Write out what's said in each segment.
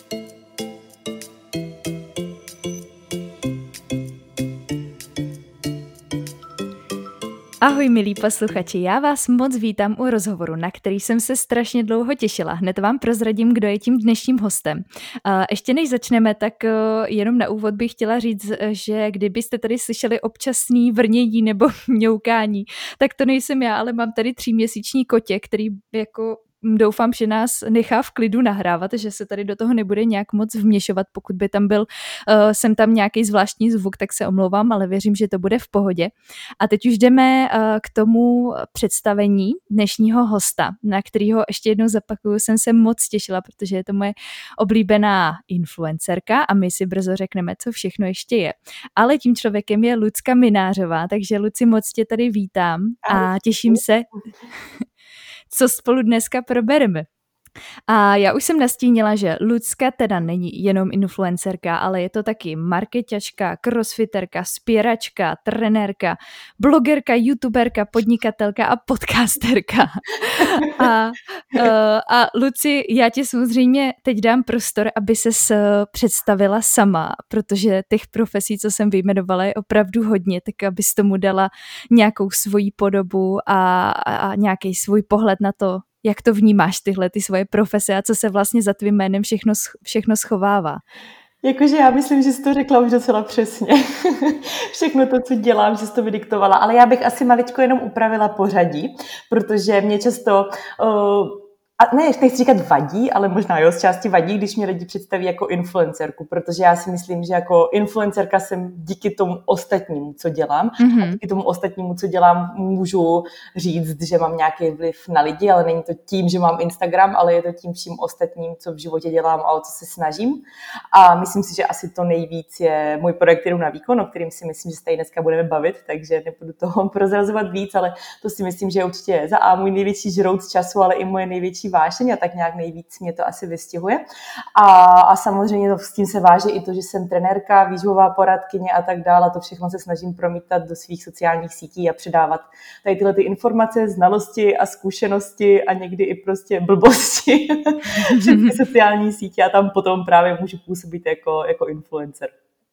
Ahoj milí posluchači, já vás moc vítám u rozhovoru, na který jsem se strašně dlouho těšila. Hned vám prozradím, kdo je tím dnešním hostem. Ještě než začneme, tak jenom na úvod bych chtěla říct, že kdybyste tady slyšeli občasný vrnění nebo mňoukání, tak to nejsem já, ale mám tady 3měsíční kotě, který jako doufám, že nás nechá v klidu nahrávat, že se tady do toho nebude nějak moc vměšovat, pokud by tam byl sem tam nějaký zvláštní zvuk, tak se omlouvám, ale věřím, že to bude v pohodě. A teď už jdeme k tomu představení dnešního hosta, na kterého ještě jednou zapakuju, jsem se moc těšila, protože je to moje oblíbená influencerka a my si brzo řekneme, co všechno ještě je. Ale tím člověkem je Lucka Minářová, takže Luci, moc tě tady vítám a těším se, co spolu dneska probereme. A já už jsem nastínila, že Lucka teda není jenom influencerka, ale je to taky marketačka, crossfiterka, spěračka, trenérka, blogerka, youtuberka, podnikatelka a podcasterka. A Luci, já ti samozřejmě teď dám prostor, aby ses představila sama, protože těch profesí, co jsem vyjmenovala, je opravdu hodně, tak abys tomu dala nějakou svoji podobu a nějaký svůj pohled na to, jak to vnímáš tyhle ty svoje profese a co se vlastně za tvým jménem všechno schovává? Jakože já myslím, že jsi to řekla už docela přesně. Všechno to, co dělám, že jsi to vydiktovala. Ale já bych asi maličko jenom upravila pořadí, protože mě často... A ne, nechci říkat vadí, ale možná jo, z části vadí, když mě lidi představí jako influencerku, protože já si myslím, že jako influencerka jsem díky tomu ostatnímu, co dělám. A díky tomu ostatnímu, co dělám, můžu říct, že mám nějaký vliv na lidi, ale není to tím, že mám Instagram, ale je to tím vším ostatním, co v životě dělám a o co se snažím. A myslím si, že asi to nejvíc je můj projekt Jedu na výkon, o kterým si myslím, že se tady dneska budeme bavit, takže nebudu toho prozrazovat víc, ale to si myslím, že je určitě za A můj největší žrout času, ale i moje největší vášeň a tak nějak nejvíc mě to asi vystihuje. A samozřejmě s tím se váží i to, že jsem trenérka, výživová poradkyně a tak dále. To všechno se snažím promítat do svých sociálních sítí a předávat tady tyhle ty informace, znalosti a zkušenosti a někdy i prostě blbosti přes ty sociální sítě a tam potom právě můžu působit jako influencer.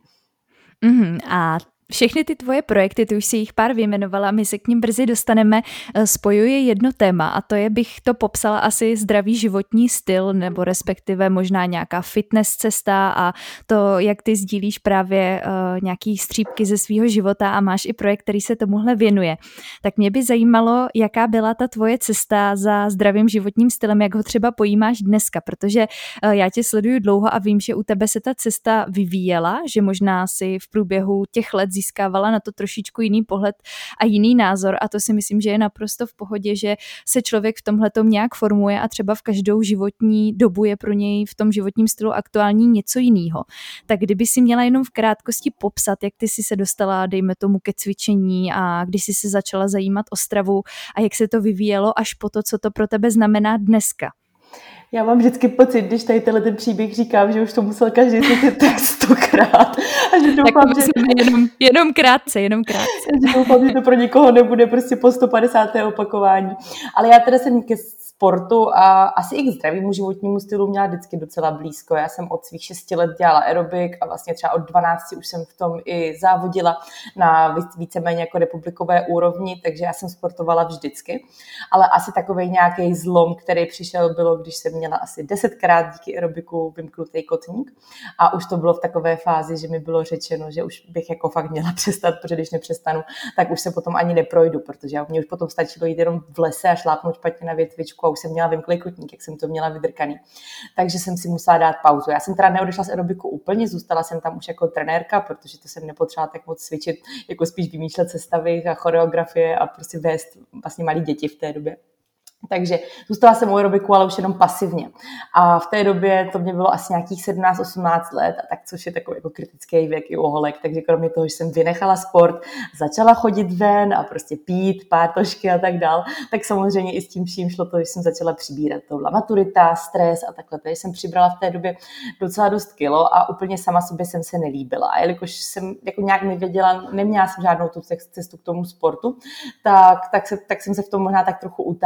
A všechny ty tvoje projekty, ty už si jich pár vyjmenovala, my se k ním brzy dostaneme, spojuje jedno téma a to je, bych to popsala asi zdravý životní styl nebo respektive možná nějaká fitness cesta a to, jak ty sdílíš právě nějaký střípky ze svýho života a máš i projekt, který se tomuhle věnuje. Tak mě by zajímalo, jaká byla ta tvoje cesta za zdravým životním stylem, jak ho třeba pojímáš dneska, protože já tě sleduju dlouho a vím, že u tebe se ta cesta vyvíjela, že možná si v průběhu těch let získávala na to trošičku jiný pohled a jiný názor a to si myslím, že je naprosto v pohodě, že se člověk v tomhletom nějak formuje a třeba v každou životní dobu je pro něj v tom životním stylu aktuální něco jiného. Tak kdyby si měla jenom v krátkosti popsat, jak ty jsi se dostala, dejme tomu, ke cvičení a když jsi se začala zajímat o stravu a jak se to vyvíjelo až po to, co to pro tebe znamená dneska. Já mám vždycky pocit, když tady ten příběh říkám, že už to musel každý slyšet tak 100krát. A že doufám, že jenom krátce. Že doufám, že to pro někoho nebude prostě po 150. opakování. Ale já teda jsem ke sportu a asi i k zdravému životnímu stylu měla vždycky docela blízko. Já jsem od svých 6 let dělala aerobik a vlastně třeba od 12 už jsem v tom i závodila na víceméně jako republikové úrovni, takže já jsem sportovala vždycky. Ale asi takovej nějaký zlom, který přišel, bylo, když jsem měla asi 10krát díky aerobiku vymknutý kotník a už to bylo v takové fázi, že mi bylo řečeno, že už bych jako fakt měla přestat, protože když nepřestanu, tak už se potom ani neprojdu, protože mě už potom stačilo jít jenom v lese a šlápnout špatně na větvičku a už jsem měla vymklý kotník, jak jsem to měla vydrkaný. Takže jsem si musela dát pauzu. Já jsem teda neodešla z aerobiku úplně, zůstala jsem tam už jako trenérka, protože to jsem nepotřebovala tak moc cvičit, jako spíš vymýšlet sestavy a choreografie a prostě vést vlastně malí děti v té době. Takže zůstala jsem u aerobiku, ale už jenom pasivně. A v té době to mě bylo asi nějakých 17-18 let, a tak, což je takový jako kritický věk i u holek. Takže kromě toho, že jsem vynechala sport, začala chodit ven a prostě pít, pátošky a tak dál, tak samozřejmě i s tím vším šlo to, že jsem začala přibírat. To byla maturita, stres a takhle. Takže jsem přibrala v té době docela dost kilo a úplně sama sobě jsem se nelíbila. A jelikož jsem jako nějak nevěděla, neměla jsem žádnou tu cestu k tomu sportu, tak jsem se v tom možná tak trochu utápěla.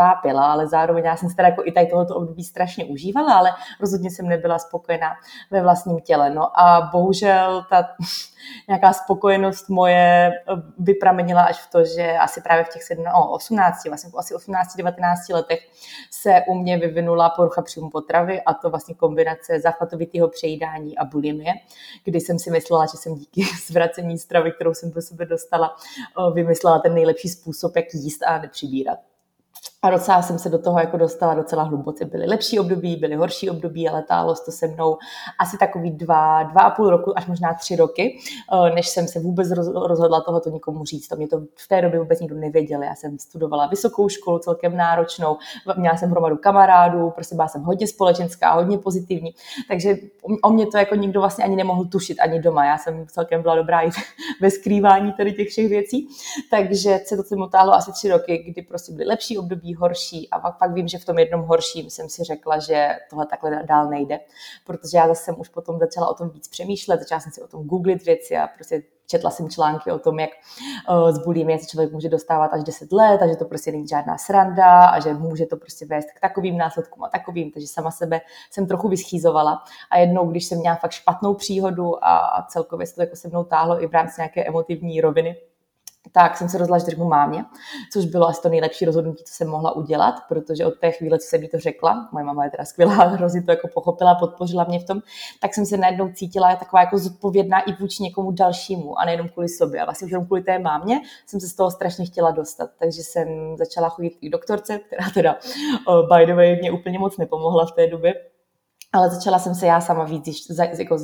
nevěděla, ale zároveň já jsem si teda jako i tady tohoto období strašně užívala, ale rozhodně jsem nebyla spokojená ve vlastním těle. No a bohužel ta nějaká spokojenost moje vypramenila až v to, že asi právě v těch 18, vlastně asi 18-19 letech se u mě vyvinula porucha příjmu potravy, a to vlastně kombinace záchvatovitého přejídání a bulimie, kdy jsem si myslela, že jsem díky zvracení stravy, kterou jsem do sebe dostala, vymyslela ten nejlepší způsob, jak jíst a nepřibírat. A docela jsem se do toho jako dostala docela hluboce. Byly lepší období, byly horší období, ale táhlo to se mnou asi takový 2,5 roku, až možná 3 roky, než jsem se vůbec rozhodla tohoto nikomu říct. To mě to v té době vůbec nikdo nevěděl. Já jsem studovala vysokou školu, celkem náročnou, měla jsem hromadu kamarádů, prostě byla jsem hodně společenská, hodně pozitivní, takže o mě to jako nikdo vlastně ani nemohl tušit, ani doma. Já jsem celkem byla dobrá i ve skrývání tady těch všech věcí, takže se to se mnou táhlo asi 3 roky, kdy prostě byly lepší období, horší, a pak vím, že v tom jednom horším jsem si řekla, že tohle takhle dál nejde, protože já zase jsem už potom začala o tom víc přemýšlet, začala jsem si o tom googlit věci a prostě četla jsem články o tom, jak z bulimie se člověk může dostávat až 10 let a že to prostě není žádná sranda a že může to prostě vést k takovým následkům a takovým, takže sama sebe jsem trochu vyschýzovala a jednou, když jsem měla fakt špatnou příhodu a celkově se to jako se mnou táhlo i v rámci nějaké emotivní roviny, tak jsem se rozhodla, že řeknu mámě, což bylo asi to nejlepší rozhodnutí, co jsem mohla udělat, protože od té chvíle, co jsem jí to řekla, moje máma je teda skvělá, hrozně to jako pochopila, podpořila mě v tom, tak jsem se najednou cítila taková jako zodpovědná i vůči někomu dalšímu a nejenom kvůli sobě. A vlastně už jenom kvůli té mámě jsem se z toho strašně chtěla dostat, takže jsem začala chodit k doktorce, která teda by the way mě úplně moc nepomohla v té době, ale začala jsem se já sama víc jako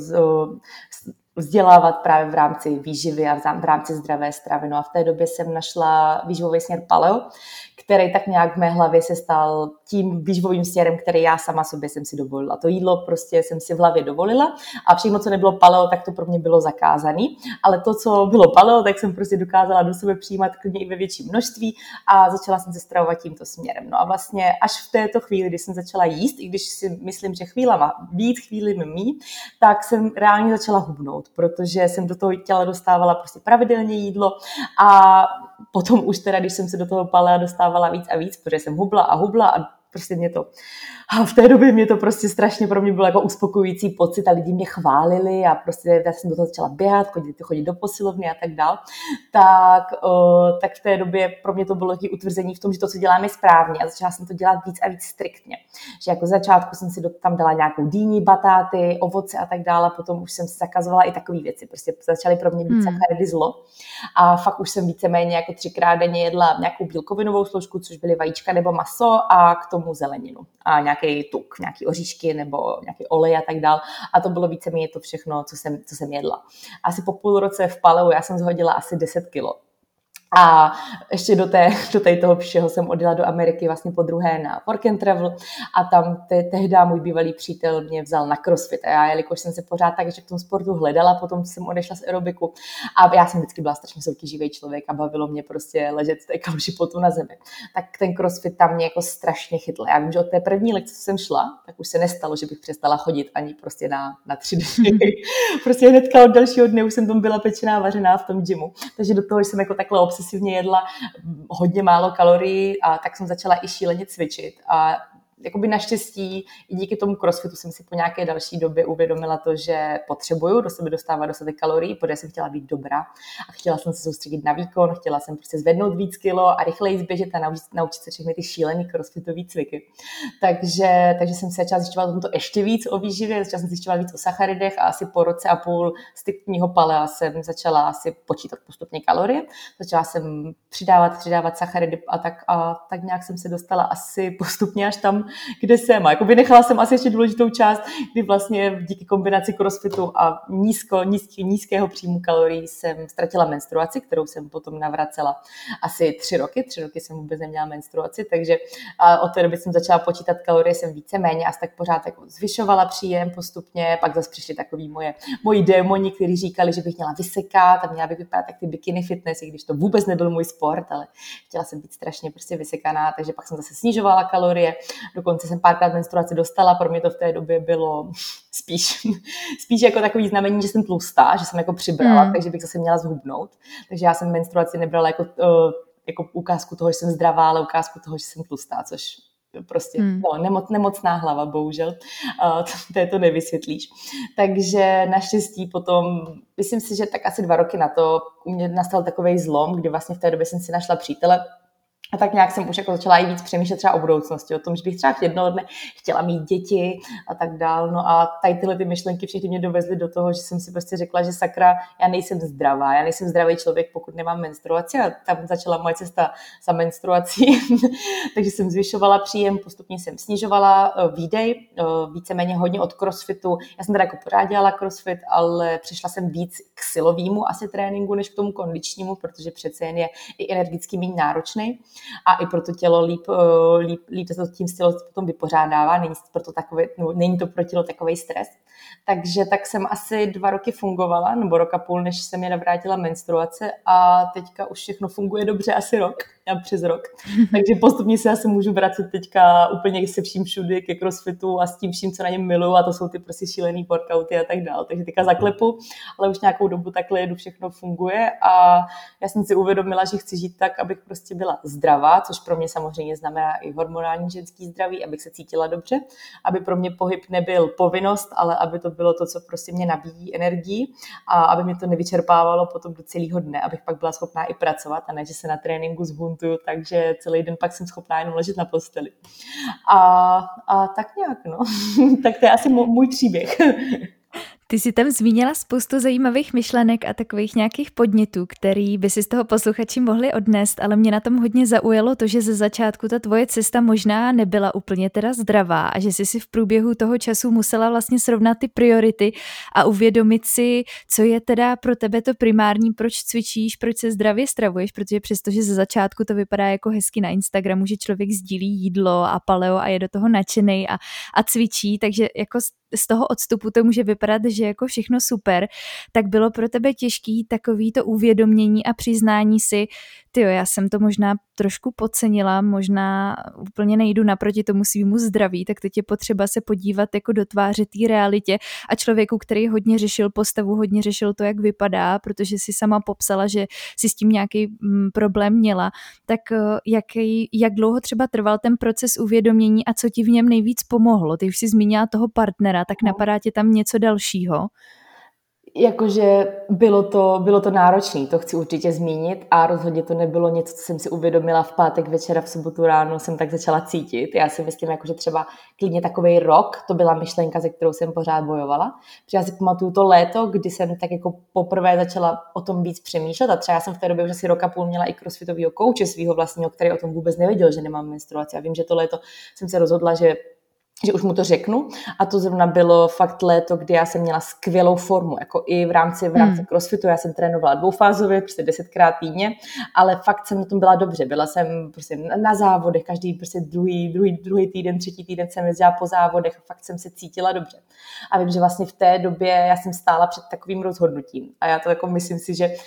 vzdělávat právě v rámci výživy a v rámci zdravé stravy. No a v té době jsem našla výživový směr paleo, který tak nějak v mé hlavě se stal tím výživovým směrem, který já sama sobě jsem si dovolila. To jídlo prostě jsem si v hlavě dovolila a všechno, co nebylo paleo, tak to pro mě bylo zakázané. Ale to, co bylo paleo, tak jsem prostě dokázala do sebe přijímat klidně i ve větším množství a začala jsem se stravovat tímto směrem. No a vlastně až v této chvíli, kdy jsem začala jíst, i když si myslím, že chvílema víc, chvíli míň, tak jsem reálně začala hubnout, protože jsem do toho těla dostávala prostě pravidelně jídlo a potom už teda, když jsem se do toho palea dostávala víc a víc, protože jsem hubla a prostě v té době mě to prostě strašně pro mě bylo jako uspokojující pocit a lidi mě chválili a prostě já jsem do toho začala běhat, chodit do posilovny a tak dál, tak v té době pro mě to bylo taky utvrzení v tom, že to, co dělám, je správně a začala jsem to dělat víc a víc striktně. Že jako začátku jsem si tam dala nějakou dýni, batáty, ovoce a tak dále, potom už jsem si zakazovala i takové věci, prostě začaly pro mě být sacharidy zlo a fakt už jsem víceméně jako 3krát denně jedla nějakou bílkovinovou složku, což byly vajíčka nebo maso a k tomu zeleninu a nějaký tuk, nějaký oříšky nebo nějaký olej a tak dál. A to bylo víceméně to všechno, co jsem jedla. Asi po půl roce v paleu já jsem zhodila asi 10 kilo. A ještě do toho všeho jsem odjela do Ameriky vlastně podruhé na work and travel a tam tehdy můj bývalý přítel mě vzal na crossfit a já, jelikož jsem se pořád tak, že v tom sportu hledala, potom jsem odešla z aerobiku a já jsem vždycky byla strašně soutěživý člověk a bavilo mě prostě ležet v té kaluži potu na zemi. Tak ten crossfit tam mě jako strašně chytl. Já vím, že od té první lekce, co jsem šla, tak už se nestalo, že bych přestala chodit ani prostě na 3 dny. Prostě hnedka od dalšího dne už jsem tam byla pečená, vařená v tom gymu. Takže do toho jsem jako takhle obsesivně jedla hodně málo kalorií a tak jsem začala i šíleně cvičit a jakoby naštěstí i díky tomu crossfitu jsem si po nějaké další době uvědomila to, že potřebuju do sebe dostávat dostatek kalorií, protože jsem chtěla být dobrá a chtěla jsem se soustředit na výkon, chtěla jsem prostě zvednout víc kilo a rychleji zběžet a naučit se všechny ty šílený crossfitové cviky. Takže jsem se začala zjišťovat o tomto ještě víc o výživě, začala jsem zjišťovat víc o sacharidech a asi po roce a půl striktního palea jsem začala asi počítat postupně kalorie. Začala jsem přidávat sacharidy a tak nějak jsem se dostala asi postupně až tam, kde jsem. A jakoby nechala jsem asi ještě důležitou část, kdy vlastně díky kombinaci crossfitu a nízkého příjmu kalorií jsem ztratila menstruaci, kterou jsem potom navracela asi 3 roky. 3 roky jsem vůbec neměla menstruaci, takže od té doby jsem začala počítat kalorie, jsem víceméně a tak pořád jako zvyšovala příjem postupně, pak zase přišli takový moji démoni, kteří říkali, že bych měla vysekat a měla bych vypadat tak ty bikini fitness, i když to vůbec nebyl můj sport, ale chtěla jsem být strašně prostě vysekaná, takže pak jsem zase snižovala kalorie. Dokonce jsem párkrát menstruaci dostala, pro mě to v té době bylo spíš jako takový znamení, že jsem tlustá, že jsem jako přibrala, takže bych zase měla zhubnout. Takže já jsem menstruaci nebrala jako ukázku toho, že jsem zdravá, ale ukázku toho, že jsem tlustá, což prostě nemocná hlava, bohužel, to nevysvětlíš. Takže naštěstí potom, myslím si, že tak asi 2 roky na to u mě nastal takovej zlom, kdy vlastně v té době jsem si našla přítele. A tak nějak jsem už jako začala i víc přemýšlet třeba o budoucnosti, o tom, že bych třeba jednoho dne chtěla mít děti a tak dál. No a tady tyhle ty myšlenky všechny mě dovezly do toho, že jsem si prostě řekla, že sakra, já nejsem zdravá, já nejsem zdravý člověk, pokud nemám menstruaci, a tam začala moje cesta za menstruací. Takže jsem zvyšovala příjem, postupně jsem snižovala výdej, víceméně hodně od crossfitu. Já jsem teda jako pořád dělala crossfit, ale přišla jsem víc k silovému asi tréninku, než k tomu kondičnímu, protože přece jen je i energicky méně náročný. A i pro to tělo líp se to tím stylem potom vypořádává, není to pro tělo takovej stres. Takže tak jsem asi 2 roky fungovala, nebo 1,5 roku, než se mi navrátila menstruace, a teďka už všechno funguje dobře asi rok, přes rok. Takže postupně se asi můžu vracet teďka úplně se vším všudy ke crossfitu a s tím vším, co na něm miluju, a to jsou ty prostě šílený workouty a tak dále. Takže teďka zaklepu, ale už nějakou dobu takhle jedu, všechno funguje, a já jsem si uvědomila, že chci žít tak, abych prostě byla zdravá, což pro mě samozřejmě znamená i hormonální ženský zdraví, abych se cítila dobře, aby pro mě pohyb nebyl povinnost, ale aby to bylo to, co prostě mě nabíjí energii, a aby mě to nevyčerpávalo potom do celého dne, abych pak byla schopná i pracovat, a ne, že se na tréninku zbuntuju, takže celý den pak jsem schopná jenom ležet na posteli. A tak nějak, no. Tak to je asi můj příběh. Ty jsi tam zmínila spoustu zajímavých myšlenek a takových nějakých podnětů, který by si z toho posluchači mohli odnést, ale mě na tom hodně zaujalo to, že ze začátku ta tvoje cesta možná nebyla úplně teda zdravá a že jsi si v průběhu toho času musela vlastně srovnat ty priority a uvědomit si, co je teda pro tebe to primární, proč cvičíš, proč se zdravě stravuješ, protože přestože ze začátku to vypadá jako hezky na Instagramu, že člověk sdílí jídlo a paleo a je do toho nadšenej a cvičí, takže jako z toho odstupu to může vypadat, že jako všechno super, tak bylo pro tebe těžký takový to uvědomění a přiznání si, tyjo, já jsem to možná trošku podcenila, možná úplně nejdu naproti tomu svýmu zdraví, tak teď je potřeba se podívat jako do tváře té realitě, a člověku, který hodně řešil postavu, hodně řešil to, jak vypadá, protože si sama popsala, že si s tím nějaký problém měla, tak jak dlouho třeba trval ten proces uvědomění a co ti v něm nejvíc pomohlo? Ty už jsi zmínila toho partnera, tak napadá tě tam něco dalšího? Jakože bylo to náročné, to chci určitě zmínit, a rozhodně to nebylo něco, co jsem si uvědomila v pátek večera, v sobotu ráno jsem tak začala cítit. Já si myslím, jakože třeba klidně takovej rok, to byla myšlenka, se kterou jsem pořád bojovala. Protože já si pamatuju to léto, kdy jsem tak jako poprvé začala o tom víc přemýšlet, a třeba jsem v té době už asi 1,5 roku měla i crossfitovýho kouče svýho vlastního, který o tom vůbec nevěděl, že nemám menstruaci. Já vím, že to léto jsem se rozhodla, že už mu to řeknu, a to zrovna bylo fakt léto, kdy já jsem měla skvělou formu, jako i v rámci crossfitu. Já jsem trénovala dvoufázově, prostě 10krát týdně, ale fakt jsem na tom byla dobře. Byla jsem prostě na závodech, každý prostě druhý týden, třetí týden jsem jezdila po závodech, a fakt jsem se cítila dobře. A vím, že vlastně v té době já jsem stála před takovým rozhodnutím, a já to jako myslím si, že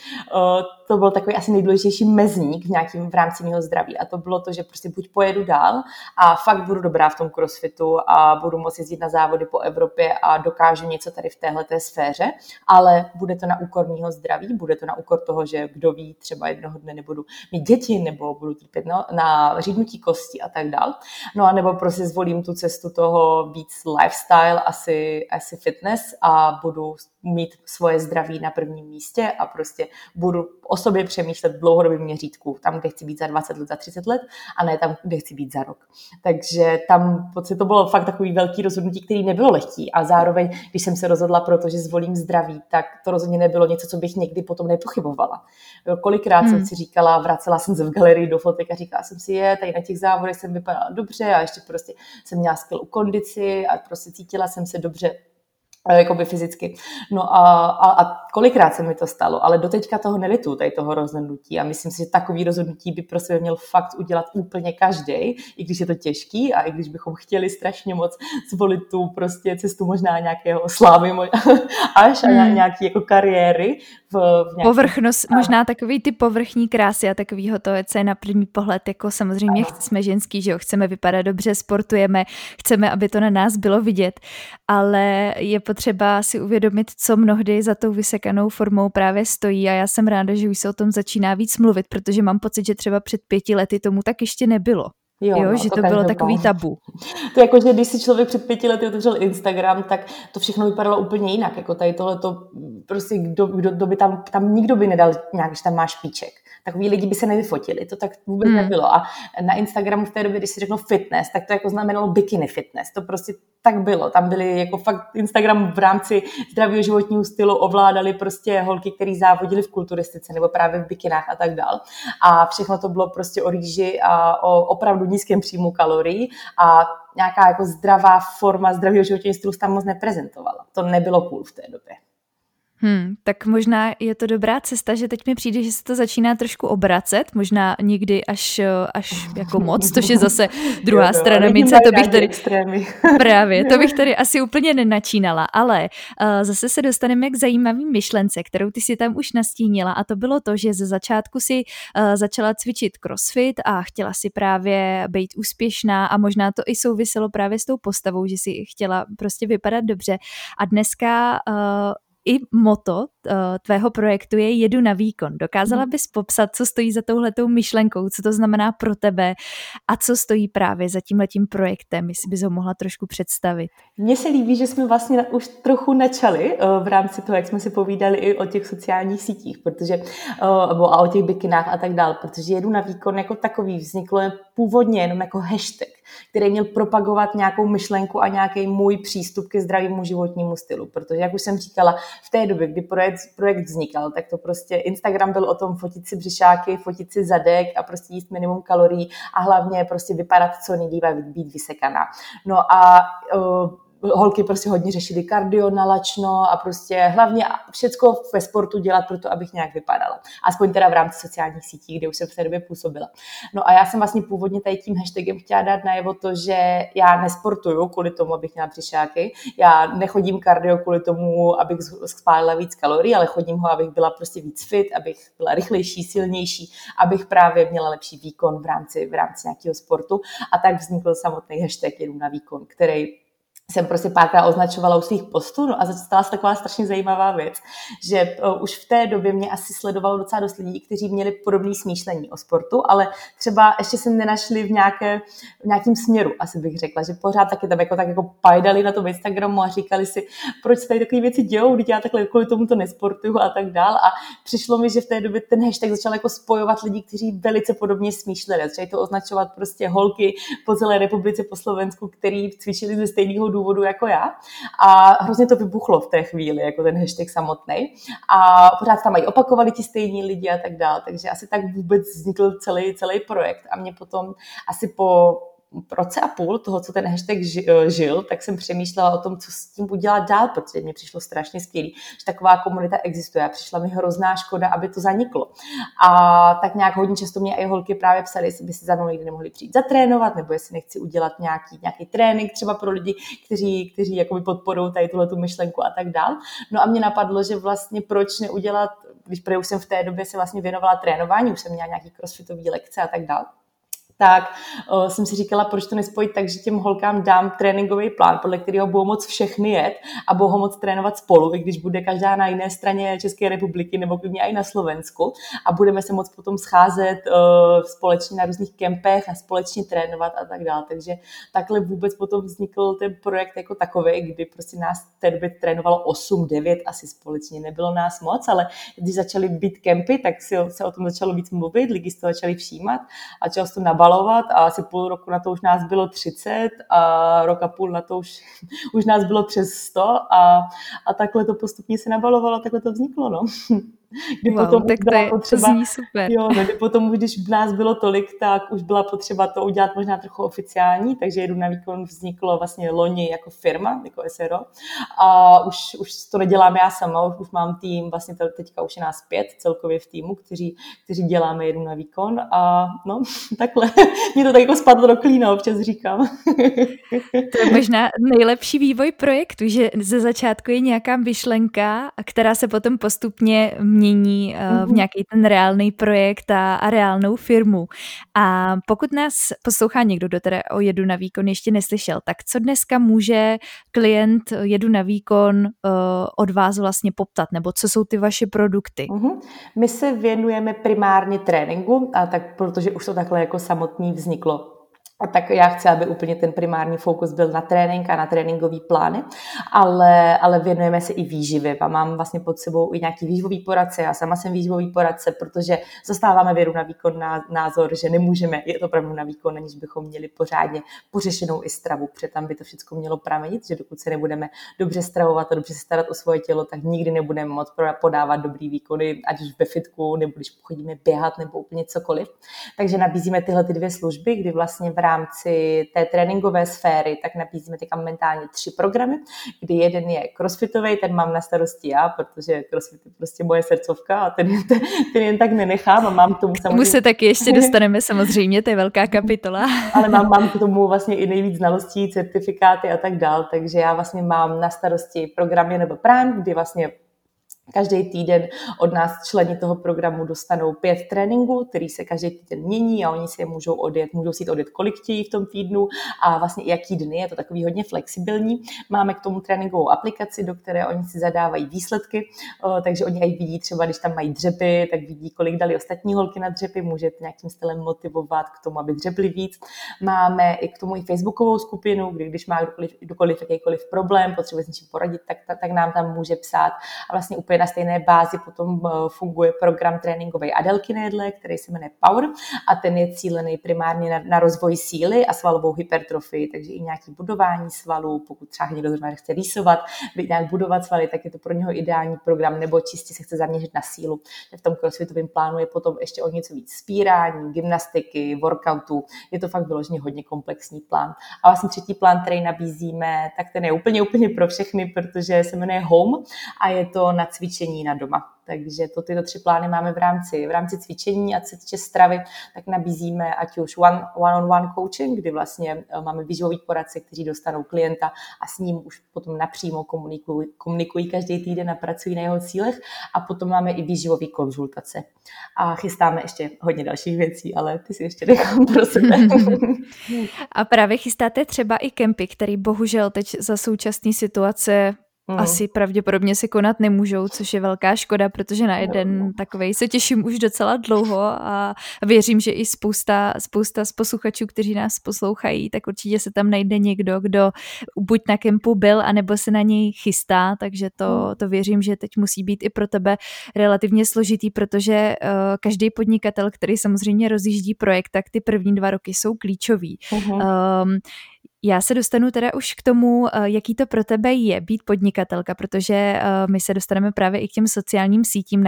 to byl takový asi nejdůležitější mezník v rámci mého zdraví, a to bylo to, že prostě buď pojedu dál a fakt budu dobrá v tom crossfitu a budu moct jezdit na závody po Evropě a dokážu něco tady v téhleté sféře, ale bude to na úkor mého zdraví, bude to na úkor toho, že kdo ví, třeba jednoho dne nebudu mít děti, nebo budu trpět na řídnutí kostí a tak dál. No a nebo prostě zvolím tu cestu toho víc lifestyle, asi fitness, a budu mít svoje zdraví na prvním místě a prostě budu o sobě přemýšlet v dlouhodobém měřítku, tam, kde chci být za 20 let, za 30 let, a ne tam, kde chci být za rok. Takže tam to bylo fakt takový velký rozhodnutí, který nebylo lehký, a zároveň, když jsem se rozhodla pro to, že zvolím zdraví, tak to rozhodně nebylo něco, co bych někdy potom nepochybovala. Kolikrát jsem si říkala, vracela jsem se v galerii do fotek a říkala jsem si, tady na těch závodech jsem vypadala dobře, a ještě prostě jsem měla skvělou kondici a prostě cítila jsem se dobře jakoby fyzicky. No a kolikrát se mi to stalo, ale doteďka toho nelituju, tady toho rozhodnutí, a myslím si, že takový rozhodnutí by pro sebe měl fakt udělat úplně každý, i když je to těžký, a i když bychom chtěli strašně moc zvolit tu prostě cestu možná nějakého slávy až a nějaký jako kariéry. Povrchnost, možná takový ty povrchní krásy a takovýho to, co je na první pohled, jako samozřejmě jsme ženský, že jo, chceme vypadat dobře, sportujeme, chceme, aby to na nás bylo vidět, ale je potřeba si uvědomit, co mnohdy za tou vysekanou formou právě stojí, a já jsem ráda, že už se o tom začíná víc mluvit, protože mám pocit, že třeba před 5 lety tomu tak ještě nebylo. Jo, Jo, no, že to to bylo každopádně. takový tabu. To jako, že když si člověk před 5 lety otevřel Instagram, tak to všechno vypadalo úplně jinak. Jako tady tohleto, prostě kdo by tam nikdo by nedal nějak, že tam máš špiček. Takový lidi by se nevyfotili, to tak vůbec nebylo. A na Instagramu v té době, když si řekl fitness, tak to jako znamenalo bikini fitness. To prostě tak bylo. Tam byly jako fakt Instagram v rámci zdravého životního stylu ovládali prostě holky, které závodily v kulturistice nebo právě v bikinách a tak dál. A všechno to bylo prostě o rýži a o opravdu nízkém příjmu kalorií a nějaká jako zdravá forma zdravého životního stylu tam moc neprezentovala. To nebylo cool v té době. Tak možná je to dobrá cesta, že teď mi přijde, že se to začíná trošku obracet, možná někdy až jako moc, což je zase druhá strana mince, to bych tady právě, to bych tady asi úplně nenačínala, ale zase se dostaneme k zajímavým myšlence, kterou ty si tam už nastínila a to bylo to, že ze začátku si začala cvičit crossfit a chtěla si právě být úspěšná a možná to i souviselo právě s tou postavou, že si chtěla prostě vypadat dobře a dneska i motto tvého projektu je jedu na výkon. Dokázala bys popsat, co stojí za touhletou myšlenkou, co to znamená pro tebe a co stojí právě za tímhletím projektem, jestli bys ho mohla trošku představit. Mně se líbí, že jsme vlastně už trochu načali v rámci toho, jak jsme si povídali i o těch sociálních sítích, protože a o těch bikinách a tak dál, protože jedu na výkon jako takový vzniklo původně jenom jako hashtag, který měl propagovat nějakou myšlenku a nějaký můj přístup ke zdravému životnímu stylu, protože jak už jsem říkala, v té době, kdy projekt vznikal, tak to prostě Instagram byl o tom fotit si břišáky, fotit si zadek a prostě jíst minimum kalorií a hlavně prostě vypadat co nejdýva, být vysekaná. No a holky prostě hodně řešily kardio na lačno a prostě hlavně všecko ve sportu dělat pro to, abych nějak vypadala. Aspoň teda v rámci sociálních sítí, kde už jsem v té době působila. No a já jsem vlastně původně tady tím hashtagem chtěla dát najevo to, že já nesportuju kvůli tomu, abych měla břišáky. Já nechodím kardio kvůli tomu, abych spálila víc kalorií, ale chodím ho, abych byla prostě víc fit, abych byla rychlejší, silnější, abych právě měla lepší výkon v rámci nějakého sportu. A tak vznikl samotný hashtag jedu na výkon, který jsem prostě párkrát označovala u svých postů, no a stala se taková strašně zajímavá věc, že už v té době mě asi sledovalo docela dost lidí, kteří měli podobné smýšlení o sportu, ale třeba ještě se nenašli v nějakém směru, asi bych řekla, že pořád taky tam tak jako pajdali na tom Instagramu a říkali si, proč se tady takové věci dějou, když já takhle kvůli tomu to nesportuju a tak dál. A přišlo mi, že v té době ten hashtag začal jako spojovat lidi, kteří velice podobně smýšleli. Začali to označovat prostě holky po celé republice, po Slovensku, který cvičili ze stejného důvodu jako já. A hrozně to vybuchlo v té chvíli, jako ten hashtag samotný. A pořád tam mají opakovali ti stejní lidi a tak dále. Takže asi tak vůbec vznikl celý projekt. A mě potom asi po roce a půl toho, co ten hashtag žil, tak jsem přemýšlela o tom, co s tím udělat dál, protože mě přišlo strašně skvělý, že taková komunita existuje a přišla mi hrozná škoda, aby to zaniklo. A tak nějak hodně často mě i holky právě psaly, jestli by si za mnou někdy nemohli přijít zatrénovat, nebo jestli nechci udělat nějaký trénink třeba pro lidi, kteří jakoby podporují tady tuhletu myšlenku a tak dál. No a mě napadlo, že vlastně proč neudělat, když už jsem v té době se vlastně věnovala trénování, už jsem měla nějaký crossfitový lekce a tak dál, tak jsem si říkala, proč to nespojit tak, že těm holkám dám tréninkový plán, podle kterého budou moc všechny jet a budou moc trénovat spolu, i když bude každá na jiné straně České republiky nebo klidně i na Slovensku a budeme se moc potom scházet společně na různých kempech a společně trénovat a tak dále. Takže takhle vůbec potom vznikl ten projekt jako takový, kdy prostě nás v té době trénovalo 8-9 asi společně, nebylo nás moc, ale když začaly být kempy, tak se o tom začalo víc mluvit, lidi z toho začali všímat a začalo se to nabalovat a asi půl roku na to už nás bylo 30 a rok a půl na to už nás bylo přes 100 a takhle to postupně se nabalovalo, takhle to vzniklo, no. Tak to zní super. Jo, kdy potom, když nás bylo tolik, tak už byla potřeba to udělat možná trochu oficiální, takže jedu na výkon vzniklo vlastně loni jako firma, jako SRO a už to nedělám já sama, už mám tým, vlastně teďka už je nás 5 celkově v týmu, kteří děláme jedu na výkon a no, takhle, mě to tak jako spadlo do klína, občas říkám. To je možná nejlepší vývoj projektu, že ze začátku je nějaká myšlenka, která se potom postupně mění v nějaký ten reálný projekt a reálnou firmu. A pokud nás poslouchá někdo, kdo teda o jedu na výkon ještě neslyšel, tak co dneska může klient jedu na výkon od vás vlastně poptat, nebo co jsou ty vaše produkty? My se věnujeme primárně tréninku, a tak protože už to takhle jako samotný vzniklo. A tak já chci, aby úplně ten primární fokus byl na trénink a na tréninkový plány, ale věnujeme se i výživě a mám vlastně pod sebou i nějaký výživový poradce, já sama jsem výživový poradce, protože zastáváme věru na výkon názor, že nemůžeme jít opravdu na výkon, aniž bychom měli pořádně pořešenou i stravu, protože tam by to všechno mělo pramenit, že dokud se nebudeme dobře stravovat a dobře se starat o svoje tělo, tak nikdy nebudeme moct podávat dobrý výkony, ať už ve fitku, nebo když chodíme běhat, nebo úplně cokoliv. Takže nabízíme tyhle ty 2 služby, kdy vlastně v rámci té tréninkové sféry tak nabízíme teďka momentálně 3 programy, kdy jeden je crossfitový, ten mám na starosti já, protože crossfit je prostě moje srdcovka a ten jen tak nenechám a mám k tomu samozřejmě... Tomu se taky ještě dostaneme samozřejmě, to je velká kapitola. Ale mám k tomu vlastně i nejvíc znalostí, certifikáty a tak dál, takže já vlastně mám na starosti programy nebo Prime, kdy vlastně každý týden od nás členi toho programu dostanou 5 tréninků, který se každý týden mění a oni si je můžou si odjet kolik chtějí v tom týdnu a vlastně i jaký dny, je to takový hodně flexibilní. Máme k tomu tréninkovou aplikaci, do které oni si zadávají výsledky, takže oni i vidí třeba, když tam mají dřepy, tak vidí, kolik dali ostatní holky na dřepy, můžete nějakým stylem motivovat k tomu, aby dřepli víc. Máme i k tomu i facebookovou skupinu, kdy když má kdokoliv jakýkoliv problém, potřebuje s něčím poradit, tak nám tam může psát a vlastně úplně na stejné bázi potom funguje program tréninkový Adelky Nejedlé, který se jmenuje Power a ten je cílený primárně na rozvoj síly a svalovou hypertrofii, takže i nějaké budování svalů, pokud třeba někdo zrovna chce rýsovat, nějak budovat svaly, tak je to pro něho ideální program, nebo čistě se chce zaměřit na sílu. V tom crossfitovém plánu je potom ještě o něco víc spírání, gymnastiky, workoutu, je to fakt vyloženě hodně komplexní plán. A vlastně 3. plán, který nabízíme, tak ten je úplně pro všechny, protože se jmenuje Home a je to na cvičení na doma. Takže tyto 3 plány máme v rámci cvičení a co se týče stravy, tak nabízíme ať už one-on-one coaching, kdy vlastně máme výživový poradce, kteří dostanou klienta a s ním už potom napřímo komunikují každý týden a pracují na jeho cílech a potom máme i výživový konzultace. A chystáme ještě hodně dalších věcí, ale ty si ještě nechám pro sebe. A právě chystáte třeba i kempy, který bohužel teď za současné situace asi pravděpodobně se konat nemůžou, což je velká škoda, protože na jeden takovej se těším už docela dlouho a věřím, že i spousta z posluchačů, kteří nás poslouchají, tak určitě se tam najde někdo, kdo buď na kempu byl, anebo se na něj chystá, takže to věřím, že teď musí být i pro tebe relativně složitý, protože každý podnikatel, který samozřejmě rozjíždí projekt, tak ty první 2 roky jsou klíčový. Já se dostanu teda už k tomu, jaký to pro tebe je být podnikatelka, protože my se dostaneme právě i k těm sociálním sítím,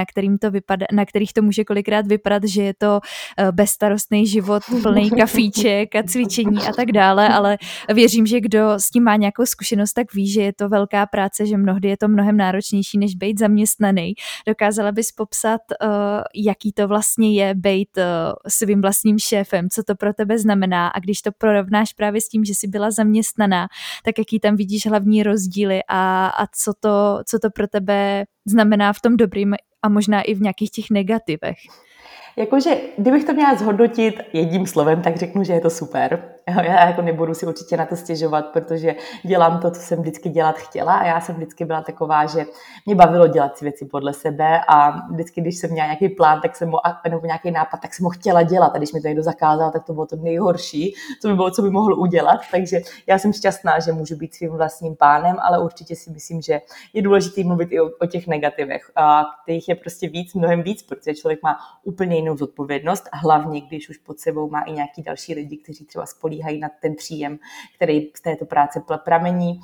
na kterých to může kolikrát vypadat, že je to bezstarostný život, plný kafíček a cvičení a tak dále, ale věřím, že kdo s tím má nějakou zkušenost, tak ví, že je to velká práce, že mnohdy je to mnohem náročnější, než být zaměstnaný. Dokázala bys popsat, jaký to vlastně je být svým vlastním šéfem, co to pro tebe znamená a když to porovnáš právě s tím, že jsi byla zaměstnaná, tak jaký tam vidíš hlavní rozdíly a co to pro tebe znamená v tom dobrým a možná i v nějakých těch negativech? Jakože, kdybych to měla zhodnotit jedním slovem, tak řeknu, že je to super. Já jako nebudu si určitě na to stěžovat, protože dělám to, co jsem vždycky dělat chtěla a já jsem vždycky byla taková, že mě bavilo dělat si věci podle sebe a vždycky, když jsem měla nějaký plán, tak jsem nebo nějaký nápad, tak jsem ho chtěla dělat a když mi to někdo zakázal, tak to bylo to nejhorší, co by mohl udělat, takže já jsem šťastná, že můžu být svým vlastním pánem, ale určitě si myslím, že je důležité mluvit i o těch negativech, a kterých je prostě mnohem víc, protože člověk má úplně jinou zodpovědnost a hlavně, když už pod sebou má i nějaký další lidi, kteří třeba spolíhají na ten příjem, který z této práce pramení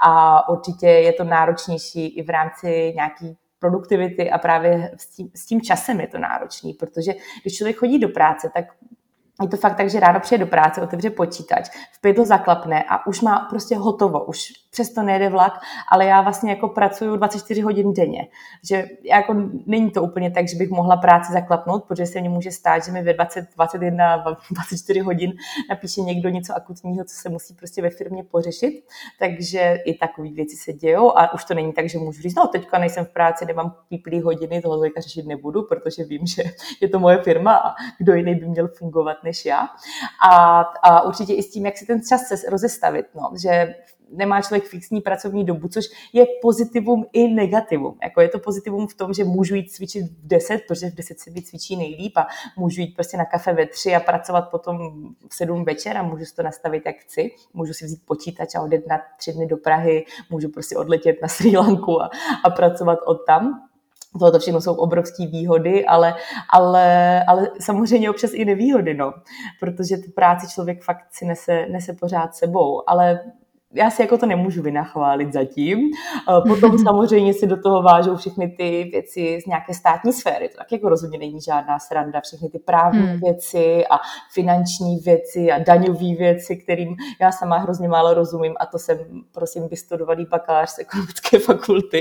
a určitě je to náročnější i v rámci nějaký produktivity a právě s tím časem je to náročný, protože když člověk chodí do práce, tak je to fakt tak, že ráno přijde do práce, otevře počítač, v 5 ho zaklapne a už má prostě hotovo, už přesto nejde vlak, ale já vlastně jako pracuju 24 hodin denně, že jako není to úplně tak, že bych mohla práci zaklapnout, protože se mi může stát, že mi ve 21, 24 hodin napíše někdo něco akutního, co se musí prostě ve firmě pořešit, takže i takové věci se dějou a už to není tak, že můžu říct, no teďka nejsem v práci, nemám píplý hodiny, tohle řešit nebudu, protože vím, že je to moje firma a kdo jiný by měl fungovat než já. A určitě i s tím, jak si ten čas se rozestavit, no, že nemá člověk fixní pracovní dobu, což je pozitivum i negativum. Jako je to pozitivum v tom, že můžu jít cvičit v 10, protože v 10 se mi cvičí nejlíp a můžu jít prostě na kafe ve 3 a pracovat potom v 7 večer a můžu si to nastavit, jak chci. Můžu si vzít počítač a odjet na 3 dny do Prahy, můžu prostě odletět na Srí Lanku a pracovat odtam. Tohle všechno jsou obrovské výhody, ale samozřejmě občas i nevýhody, no. Protože tu práci člověk fakt si nese pořád sebou, ale já si jako to nemůžu vynachválit zatím. Potom samozřejmě si do toho vážou všechny ty věci z nějaké státní sféry. To tak jako rozhodně není žádná sranda. Všechny ty právní věci a finanční věci a daňové věci, kterým já sama hrozně málo rozumím a to jsem, prosím, vystudovaný bakalář z ekonomické fakulty.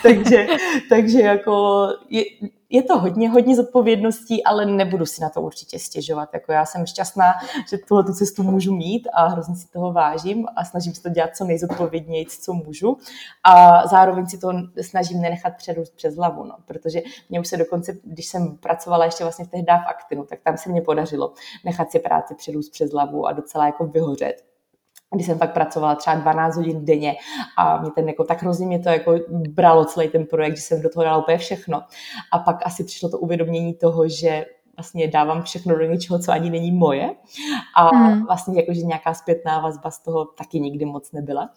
takže jako je to hodně zodpovědností, ale nebudu si na to určitě stěžovat. Jako já jsem šťastná, že tuhletu cestu můžu mít a hrozně si toho vážím a snažím se to dělat co nejzodpovědněji, co můžu. A zároveň si to snažím nenechat přerůst přes hlavu, no. Protože mě už se dokonce, když jsem pracovala ještě vlastně tehdy v Actinu, tak tam se mně podařilo nechat si práci přerůst přes hlavu a docela jako vyhořet. Když jsem fakt pracovala třeba 12 hodin denně a tak hrozně mě to jako bralo celý ten projekt, že jsem do toho dala úplně všechno. A pak asi přišlo to uvědomění toho, že vlastně dávám všechno do něčeho, co ani není moje. A vlastně jakože nějaká zpětná vazba z toho taky nikdy moc nebyla.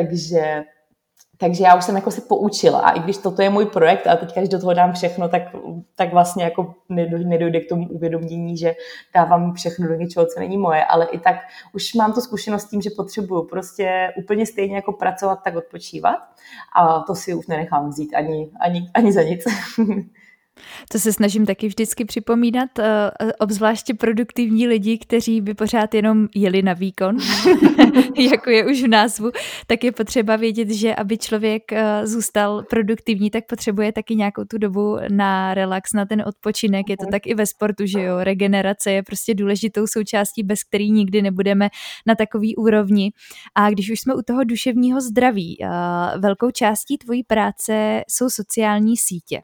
Takže já už jsem jako se poučila a i když toto je můj projekt a teďka, když do toho dám všechno, tak vlastně jako nedojde k tomu uvědomění, že dávám všechno do něčeho, co není moje, ale i tak už mám tu zkušenost s tím, že potřebuju prostě úplně stejně jako pracovat, tak odpočívat a to si už nenechám vzít ani za nic. To se snažím taky vždycky připomínat, obzvláště produktivní lidi, kteří by pořád jenom jeli na výkon, jako je už v názvu, tak je potřeba vědět, že aby člověk zůstal produktivní, tak potřebuje taky nějakou tu dobu na relax, na ten odpočinek. Je to tak i ve sportu, že jo, regenerace je prostě důležitou součástí, bez který nikdy nebudeme na takový úrovni. A když už jsme u toho duševního zdraví, velkou částí tvojí práce jsou sociální sítě.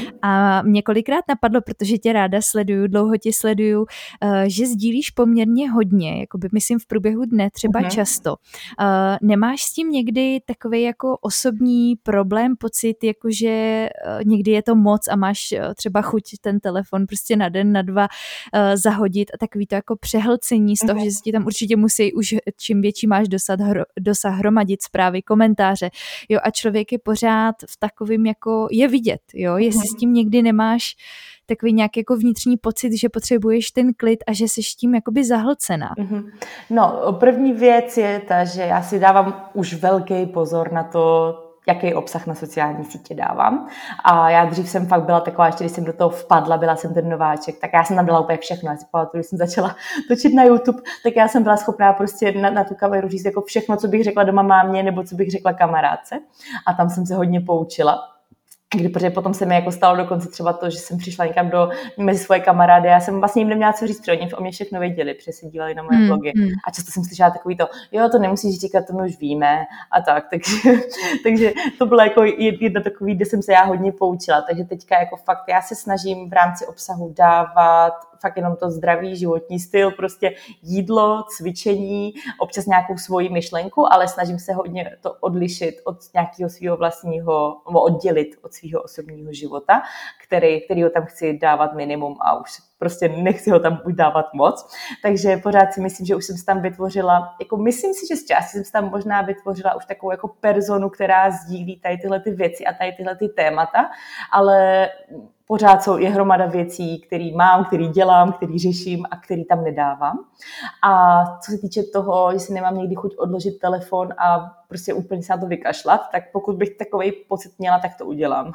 A mě kolikrát napadlo, protože tě ráda sleduju, dlouho tě sleduju, že sdílíš poměrně hodně, jakoby myslím v průběhu dne třeba často. Nemáš s tím někdy takový jako osobní problém, pocit, jakože někdy je to moc a máš třeba chuť ten telefon prostě na den, na dva zahodit a takový to jako přehlcení z toho, že si ti tam určitě musí už čím větší máš dosah hromadit zprávy, komentáře, jo, a člověk je pořád v takovým jako je vidět, jo, jestli s tím někdy nemáš takový nějaký jako vnitřní pocit, že potřebuješ ten klid a že jsi tím jakoby zahlcená. No, první věc je ta, že já si dávám už velký pozor na to, jaký obsah na sociální sítě dávám. A já dřív jsem fakt byla taková, ještě když jsem do toho vpadla, byla jsem ten nováček, tak já jsem tam dala úplně všechno. Já si pamatuju, když jsem začala točit na YouTube, tak já jsem byla schopná prostě na tu kameru říct jako všechno, co bych řekla doma mámě, nebo co bych řekla kamarádce. A tam jsem se hodně poučila. Protože potom se mi jako stalo dokonce třeba to, že jsem přišla někam mezi svoje kamarády, já jsem vlastně jim neměla co říct, protože oni o mě všechno věděli, protože se dívali na moje blogy. A často jsem slyšela takový to, jo, to nemusíš říkat, to my už víme a tak. Takže to bylo jako jedno takový, kde jsem se já hodně poučila. Takže teďka jako fakt já se snažím v rámci obsahu dávat fakt jenom to zdravý životní styl, prostě jídlo, cvičení, občas nějakou svoji myšlenku, ale snažím se hodně to odlišit od nějakého svého vlastního, nebo oddělit od svého osobního života, kterýho tam chci dávat minimum a už prostě nechci ho tam už dávat moc. Takže pořád si myslím, že už jsem si tam vytvořila, jako myslím si, že z části jsem si tam možná vytvořila už takovou jako personu, která sdílí tady tyhle ty věci a tady tyhle ty témata, ale pořád je hromada věcí, které mám, které dělám, které řeším a které tam nedávám. A co se týče toho, že si nemám někdy chuť odložit telefon a prostě úplně se na to vykašlat, tak pokud bych takovej pocit měla, tak to udělám.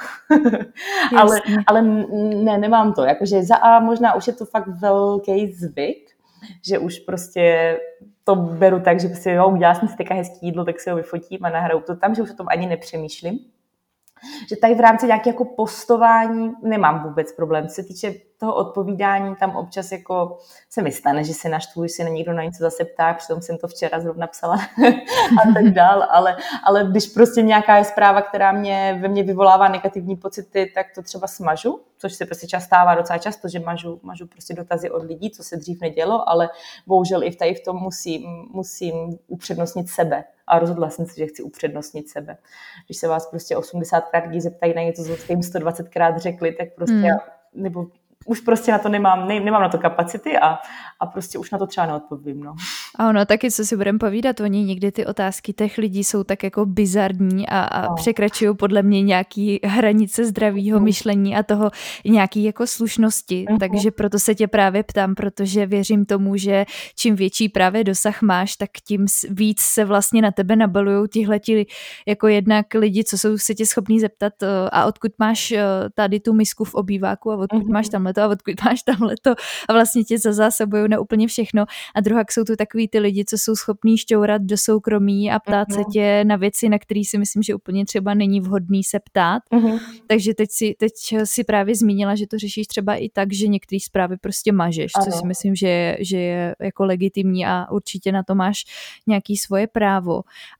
ale nemám to. Jakože za A možná už je to fakt velký zvyk, že už prostě to beru tak, že prostě udělala jsem si teďka hezký jídlo, tak si ho vyfotím a nahraju to tam, že už o tom ani nepřemýšlím. Že tady v rámci nějaké jako postování nemám vůbec problém. Co se týče toho odpovídání tam občas jako se mi stane, že se naštvu, že se někdo na něco zase ptá, přitom jsem to včera zrovna psala a tak dál, ale když prostě nějaká je zpráva, která ve mně vyvolává negativní pocity, tak to třeba smažu, což se prostě stává docela často, že mažu prostě dotazy od lidí, co se dřív nedělo, ale bohužel i v tom musím upřednostnit sebe. A rozhodla jsem se, že chci upřednostnit sebe. Když se vás prostě 80krát lidí zeptají na něco, co jste jim 120krát řekli, tak prostě nebo už prostě na to nemám na to kapacity a prostě už na to třeba neodpovím. No. A ono taky, co si budeme povídat, oni někdy ty otázky těch lidí jsou tak jako bizarní a překračují podle mě nějaký hranice zdravého myšlení a toho nějaký jako slušnosti. Takže proto se tě právě ptám, protože věřím tomu, že čím větší právě dosah máš, tak tím víc se vlastně na tebe nabalujou tihleti jako jednak lidi, co jsou se tě schopní zeptat a odkud máš tady tu misku v obýváku a odkud máš tamhleto a odkud máš tamhleto a vlastně tě zazásobují na úplně všechno. A druhak jsou tu takový ty lidi, co jsou schopní šťourat do soukromí a ptát se tě na věci, na které si myslím, že úplně třeba není vhodný se ptát. Takže teď si právě zmínila, že to řešíš třeba i tak, že některé zprávy prostě mažeš, což si myslím, že je jako legitimní a určitě na to máš nějaký svoje právo.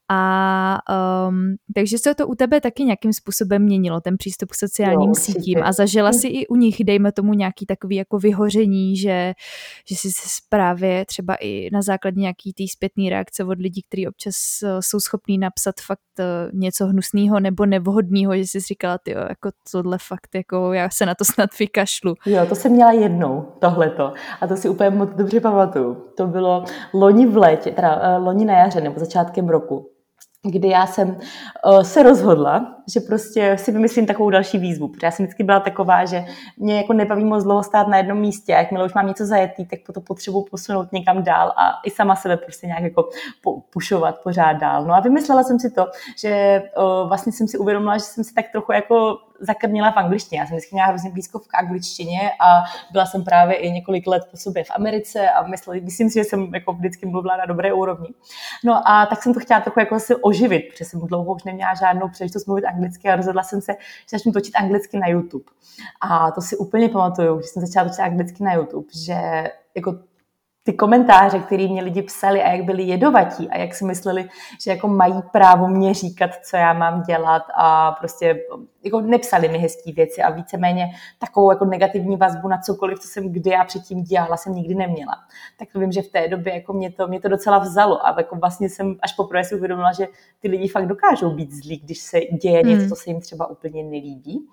A takže se to u tebe taky nějakým způsobem měnilo, ten přístup k sociálním sítím a zažila si i u nich, dejme tomu nějaký takový jako vyhoření, že jsi právě třeba i na základě nějaký té zpětné reakce od lidí, kteří občas jsou schopní napsat fakt něco hnusného nebo nevhodného, že jsi říkala, tyjo, jako tohle fakt, jako já se na to snad vykašlu. Jo, to jsem měla jednou, tohleto. A to si úplně moc dobře pamatuju. To bylo loni v létě, teda loni na jaře nebo začátkem roku, kdy já jsem se rozhodla, že prostě si vymyslím takovou další výzvu, protože já jsem vždycky byla taková, že mě jako nebaví moc dlouho stát na jednom místě a jakmile už mám něco zajetý, tak to potřebuji posunout někam dál a i sama sebe prostě nějak jako pušovat pořád dál. No a vymyslela jsem si to, že vlastně jsem si uvědomila, že jsem si tak trochu jako zakrnila v angličtině. Já jsem vždycky měla hrozně blízko k angličtině a byla jsem právě i několik let po sobě v Americe a myslím si, že jsem jako vždycky mluvila na dobré úrovni. No a tak jsem to chtěla trochu jako se oživit, protože jsem dlouho už neměla žádnou příležitost mluvit anglicky a rozhodla jsem se, že začnu točit anglicky na YouTube. A to si úplně pamatuju, že jsem začala točit anglicky na YouTube, že jako ty komentáře, které mě lidi psali a jak byli jedovatí a jak si mysleli, že jako mají právo mě říkat, co já mám dělat a prostě jako nepsali mi hezký věci a víceméně takovou jako negativní vazbu na cokoliv, co jsem kdy já předtím dělala, jsem nikdy neměla. Tak to vím, že v té době jako mě to docela vzalo a jako vlastně jsem až poprvé si uvědomila, že ty lidi fakt dokážou být zlí, když se děje něco, co se jim třeba úplně nelíbí.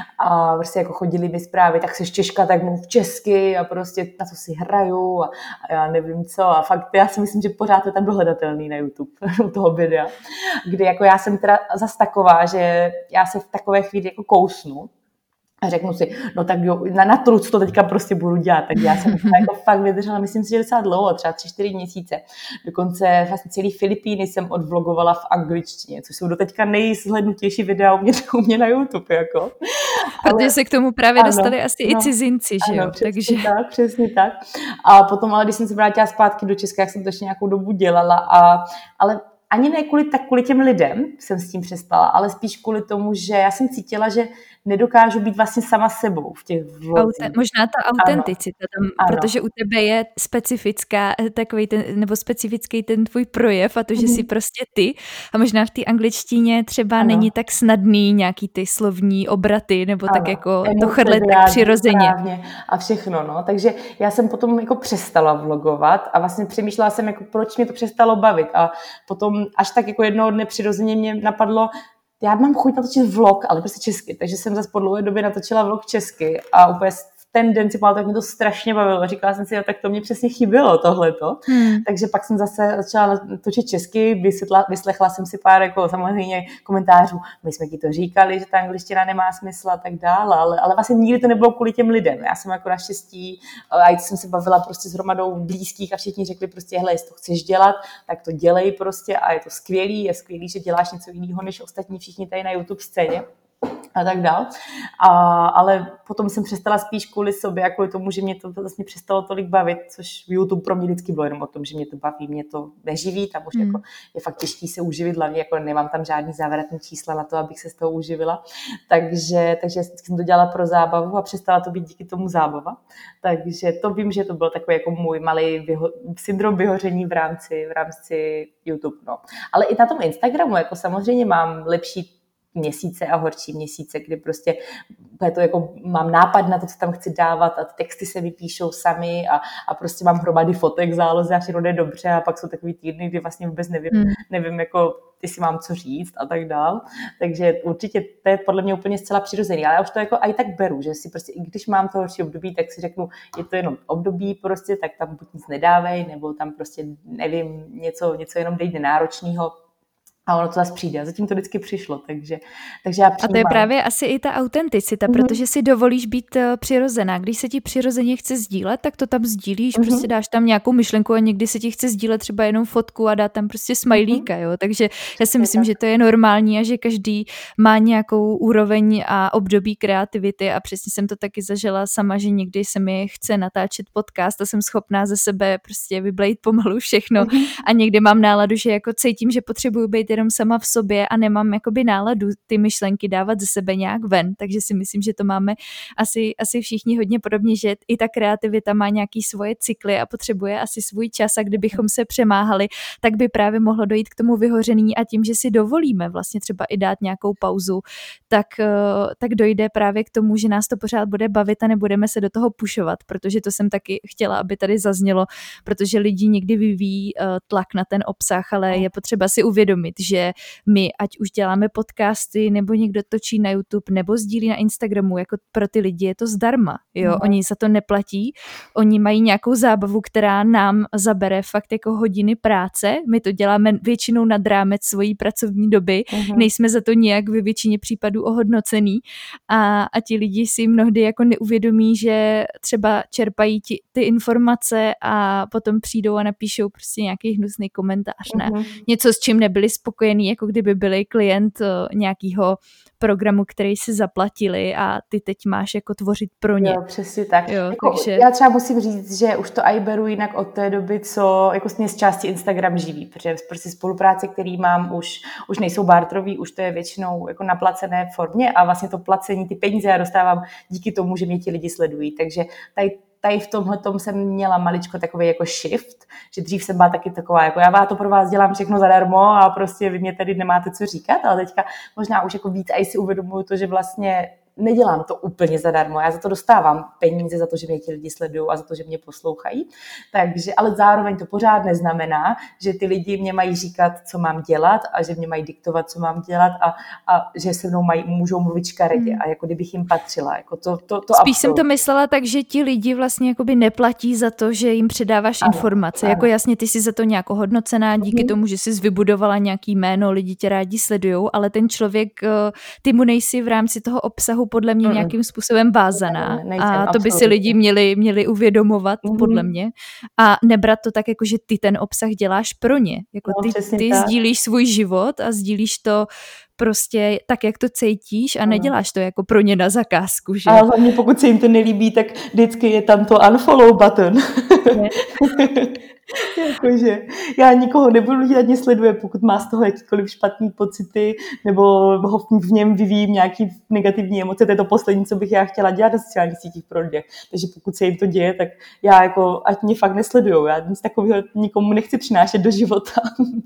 A prostě jako chodili mi zprávy, tak jsi Češka, tak mluv česky a prostě na to si hraju a já nevím co. A fakt já si myslím, že pořád je tam dohledatelný na YouTube u toho videa, kdy jako já jsem teda zas taková, že já se v takové chvíli jako kousnu a řeknu si, no tak jo, na truc to teďka prostě budu dělat. Tak já jsem jako fakt vydržela, myslím si, že docela dlouho, třeba 3-4 měsíce. Dokonce vlastně celý Filipíny jsem odvlogovala v angličtině, což jsou doteďka nejslednutější videa u mě na YouTube. Jako. Protože se k tomu právě dostali asi i cizinci, že jo? Přesně tak. A potom, ale když jsem se vrátila zpátky do Česka, jak jsem to ještě nějakou dobu dělala, ale ani ne kvůli těm lidem jsem s tím přestala, ale spíš kvůli tomu, že já jsem cítila, že nedokážu být vlastně sama sebou v těch vlozích. Možná ta autenticita tam, protože u tebe je specifická specifický ten tvůj projev a to, že jsi prostě ty a možná v té angličtině třeba není tak snadný nějaký ty slovní obraty nebo tak jako to chrlit tak přirozeně. A všechno, no. Takže já jsem potom jako přestala vlogovat a vlastně přemýšlela jsem, jako proč mě to přestalo bavit a potom až tak jako jednoho dne přirozeně mě napadlo, já mám chuť natočit vlog, ale prostě česky, takže jsem zase po dlouhé době natočila vlog česky a úplně ten den si pamatuju, tak mě to strašně bavilo. Říkala jsem si, tak to mě přesně chybělo tohleto. Takže pak jsem zase začala točit česky, vyslechla jsem si pár jako samozřejmě komentářů, my jsme ti to říkali, že ta angličtina nemá smysl a tak dále, ale vlastně nikdy to nebylo kvůli těm lidem. Já jsem jako naštěstí, a jsem se bavila prostě s hromadou blízkých a všichni řekli prostě, hele, jestli to chceš dělat, tak to dělej prostě a je to skvělý, že děláš něco jiného než ostatní všichni tady na YouTube scéně. a tak dál. Ale potom jsem přestala spíš kvůli sobě a kvůli tomu, že mě to vlastně přestalo tolik bavit, což YouTube pro mě vždycky bylo jenom o tom, že mě to baví, mě to neživí, tam už jako je fakt těžký se uživit, hlavně jako nemám tam žádný závratný čísla na to, abych se z toho uživila. Takže jsem to dělala pro zábavu a přestala to být díky tomu zábava. Takže to vím, že to byl takový jako můj malý syndrom vyhoření v rámci YouTube. No. Ale i na tom Instagramu jako samozřejmě mám lepší měsíce a horší měsíce, kdy prostě to jako mám nápad na to, co tam chci dávat a ty texty se vypíšou sami a prostě mám hromady fotek v záloze a všechno jde dobře a pak jsou takový týdny, kdy vlastně vůbec nevím jako jestli mám co říct a tak dál. Takže určitě to je podle mě úplně zcela přirozený, ale já už to jako i tak beru, že si prostě, i když mám to horší období, tak si řeknu, je to jenom období prostě, tak tam buď nic nedávej, nebo tam prostě nevím, něco jenom dej nenáročného. A ono to zase přijde. A zatím to vždycky přišlo, takže já přijímám. A to je právě asi i ta autenticita, protože si dovolíš být přirozená. Když se ti přirozeně chce sdílet, tak to tam sdílíš, prostě dáš tam nějakou myšlenku a někdy se ti chce sdílet třeba jenom fotku a dát tam prostě smajlíka, jo. Takže já si myslím, že to je normální a že každý má nějakou úroveň a období kreativity a přesně jsem to taky zažila sama, že někdy se mi chce natáčet podcast a jsem schopná ze sebe prostě vyblejt pomalu všechno a někdy mám náladu, že jako cítím, že potřebuju být jenom sama v sobě a nemám jakoby náladu ty myšlenky dávat ze sebe nějak ven, takže si myslím, že to máme asi všichni hodně podobně, že i ta kreativita má nějaký svoje cykly a potřebuje asi svůj čas a kdybychom se přemáhali, tak by právě mohlo dojít k tomu vyhoření a tím, že si dovolíme vlastně třeba i dát nějakou pauzu, tak dojde právě k tomu, že nás to pořád bude bavit a nebudeme se do toho pušovat, protože to jsem taky chtěla, aby tady zaznělo, protože lidi někdy vyvíjí tlak na ten obsah, ale je potřeba si uvědomit, že my, ať už děláme podcasty, nebo někdo točí na YouTube, nebo sdílí na Instagramu, jako pro ty lidi je to zdarma, jo, oni za to neplatí, oni mají nějakou zábavu, která nám zabere fakt jako hodiny práce, my to děláme většinou nad rámec svojí pracovní doby, nejsme za to nějak ve většině případů ohodnocený a ti lidi si mnohdy jako neuvědomí, že třeba čerpají ty informace a potom přijdou a napíšou prostě nějaký hnusný komentář na něco, s čím nebyli spokojení, jako kdyby byli klient nějakého programu, který si zaplatili a ty teď máš jako tvořit pro ně. Jo, přesně tak. Jo, jako, takže... Já třeba musím říct, že už to aj beru jinak od té doby, co jako mě z části Instagram živí, protože prostě spolupráce, který mám, už nejsou barterový, už to je většinou jako na placené formě a vlastně to placení, ty peníze já dostávám díky tomu, že mě ti lidi sledují. Takže tady v tomhletom jsem měla maličko takový jako shift, že dřív jsem byla taky taková, jako já to pro vás dělám všechno zadarmo a prostě vy mě tady nemáte co říkat, ale teďka možná už jako víc a si uvědomuju to, že vlastně nedělám to úplně zadarmo, já za to dostávám peníze za to, že mě ti lidi sledují a za to, že mě poslouchají, takže, ale zároveň to pořád neznamená, že ty lidi mě mají říkat, co mám dělat a že mě mají diktovat, co mám dělat a že se mnou můžou mluvit škaredě a jako kdybych jim patřila. Jako to spíš jsem to myslela tak, že ti lidi vlastně jakoby neplatí za to, že jim předáváš informace. Jako jasně, ty jsi za to nějak ohodnocená díky tomu, že jsi vybudovala nějaký jméno, lidi tě rádi sledujou, ale ten člověk, ty mu nejsi v rámci toho obsahu podle mě nějakým způsobem vázaná. A to by si lidi měli uvědomovat, podle mě. A nebrat to tak, jako že ty ten obsah děláš pro ně. Jako ty sdílíš svůj život a sdílíš to prostě tak, jak to cítíš a neděláš to jako pro ně na zakázku. Že? A hlavně pokud se jim to nelíbí, tak vždycky je tam to unfollow button. Jakože já nikoho nebudu žádně sleduje, pokud má z toho jakýkoliv špatný pocity nebo ho v něm vyvíjím nějaký negativní emoce. To je to poslední, co bych já chtěla dělat na sociálních sítích pro lidi. Takže pokud se jim to děje, tak já jako ať mě fakt nesledujou. Já nic takového nikomu nechci přinášet do života.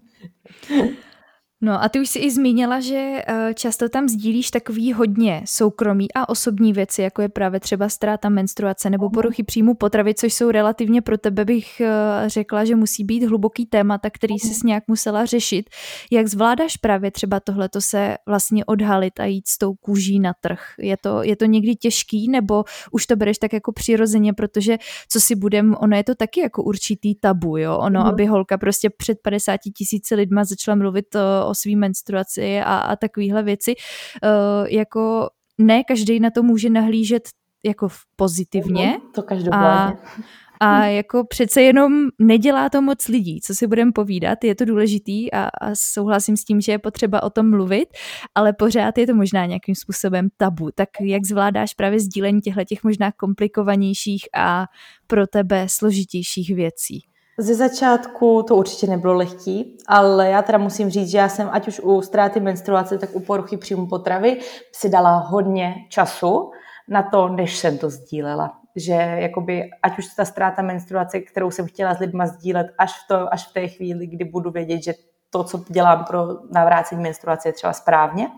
No a ty už si i zmínila, že často tam sdílíš takový hodně soukromý a osobní věci, jako je právě třeba ztráta menstruace nebo poruchy příjmu potravy, což jsou relativně pro tebe, bych řekla, že musí být hluboký témata, který jsi nějak musela řešit. Jak zvládáš právě třeba tohleto se vlastně odhalit a jít s tou kůží na trh? Je to někdy těžký, nebo už to bereš tak jako přirozeně, protože co si budem, ono je to taky jako určitý tabu, jo? Ono, aby holka prostě před 50 000 lidma začala mluvit o svý menstruaci a takovýhle věci. Jako ne každý na to může nahlížet jako pozitivně. To každopádně. A jako přece jenom nedělá to moc lidí, co si budeme povídat, je to důležitý a souhlasím s tím, že je potřeba o tom mluvit, ale pořád je to možná nějakým způsobem tabu. Tak jak zvládáš právě sdílení těchto možná komplikovanějších a pro tebe složitějších věcí? Ze začátku to určitě nebylo lehký, ale já teda musím říct, že já jsem ať už u ztráty menstruace, tak u poruchy příjmu potravy si dala hodně času na to, než jsem to sdílela. Že jakoby, ať už ta ztráta menstruace, kterou jsem chtěla s lidma sdílet až v té chvíli, kdy budu vědět, že to, co dělám pro navrácení menstruace, je třeba správně.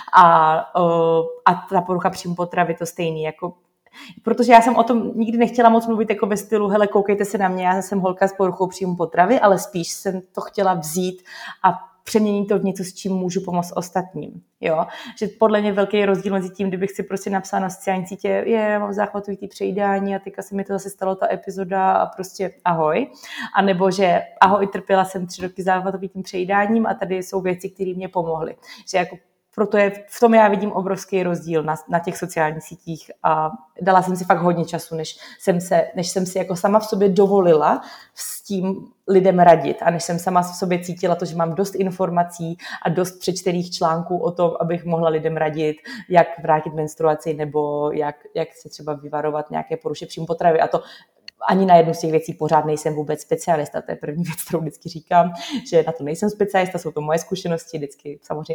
A ta porucha příjmu potravy to stejný, jako protože já jsem o tom nikdy nechtěla moc mluvit jako ve stylu, hele, koukejte se na mě, já jsem holka s poruchou příjmu potravy, ale spíš jsem to chtěla vzít a přeměnit to v něco, s čím můžu pomoct ostatním. Jo? Že podle mě velký rozdíl mezi tím, kdybych si prostě napsala na sociální sítě, mám záchvatovitý přejídání a teďka se mi to zase stalo ta epizoda a prostě ahoj. A nebo že ahoj, trpěla jsem 3 roky záchvatovým přejídáním a tady jsou věci, které mě pomohly. Že jako proto v tom já vidím obrovský rozdíl na těch sociálních sítích a dala jsem si fakt hodně času, než jsem si jako sama v sobě dovolila s tím lidem radit a než jsem sama v sobě cítila to, že mám dost informací a dost přečtených článků o tom, abych mohla lidem radit, jak vrátit menstruaci nebo jak se třeba vyvarovat nějaké poruše příjmu potravy. A to ani na jednu z těch věcí pořád nejsem vůbec specialista. To je první věc, kterou vždycky říkám, že na to nejsem specialista, jsou to moje zkušenosti, vždycky samozřejmě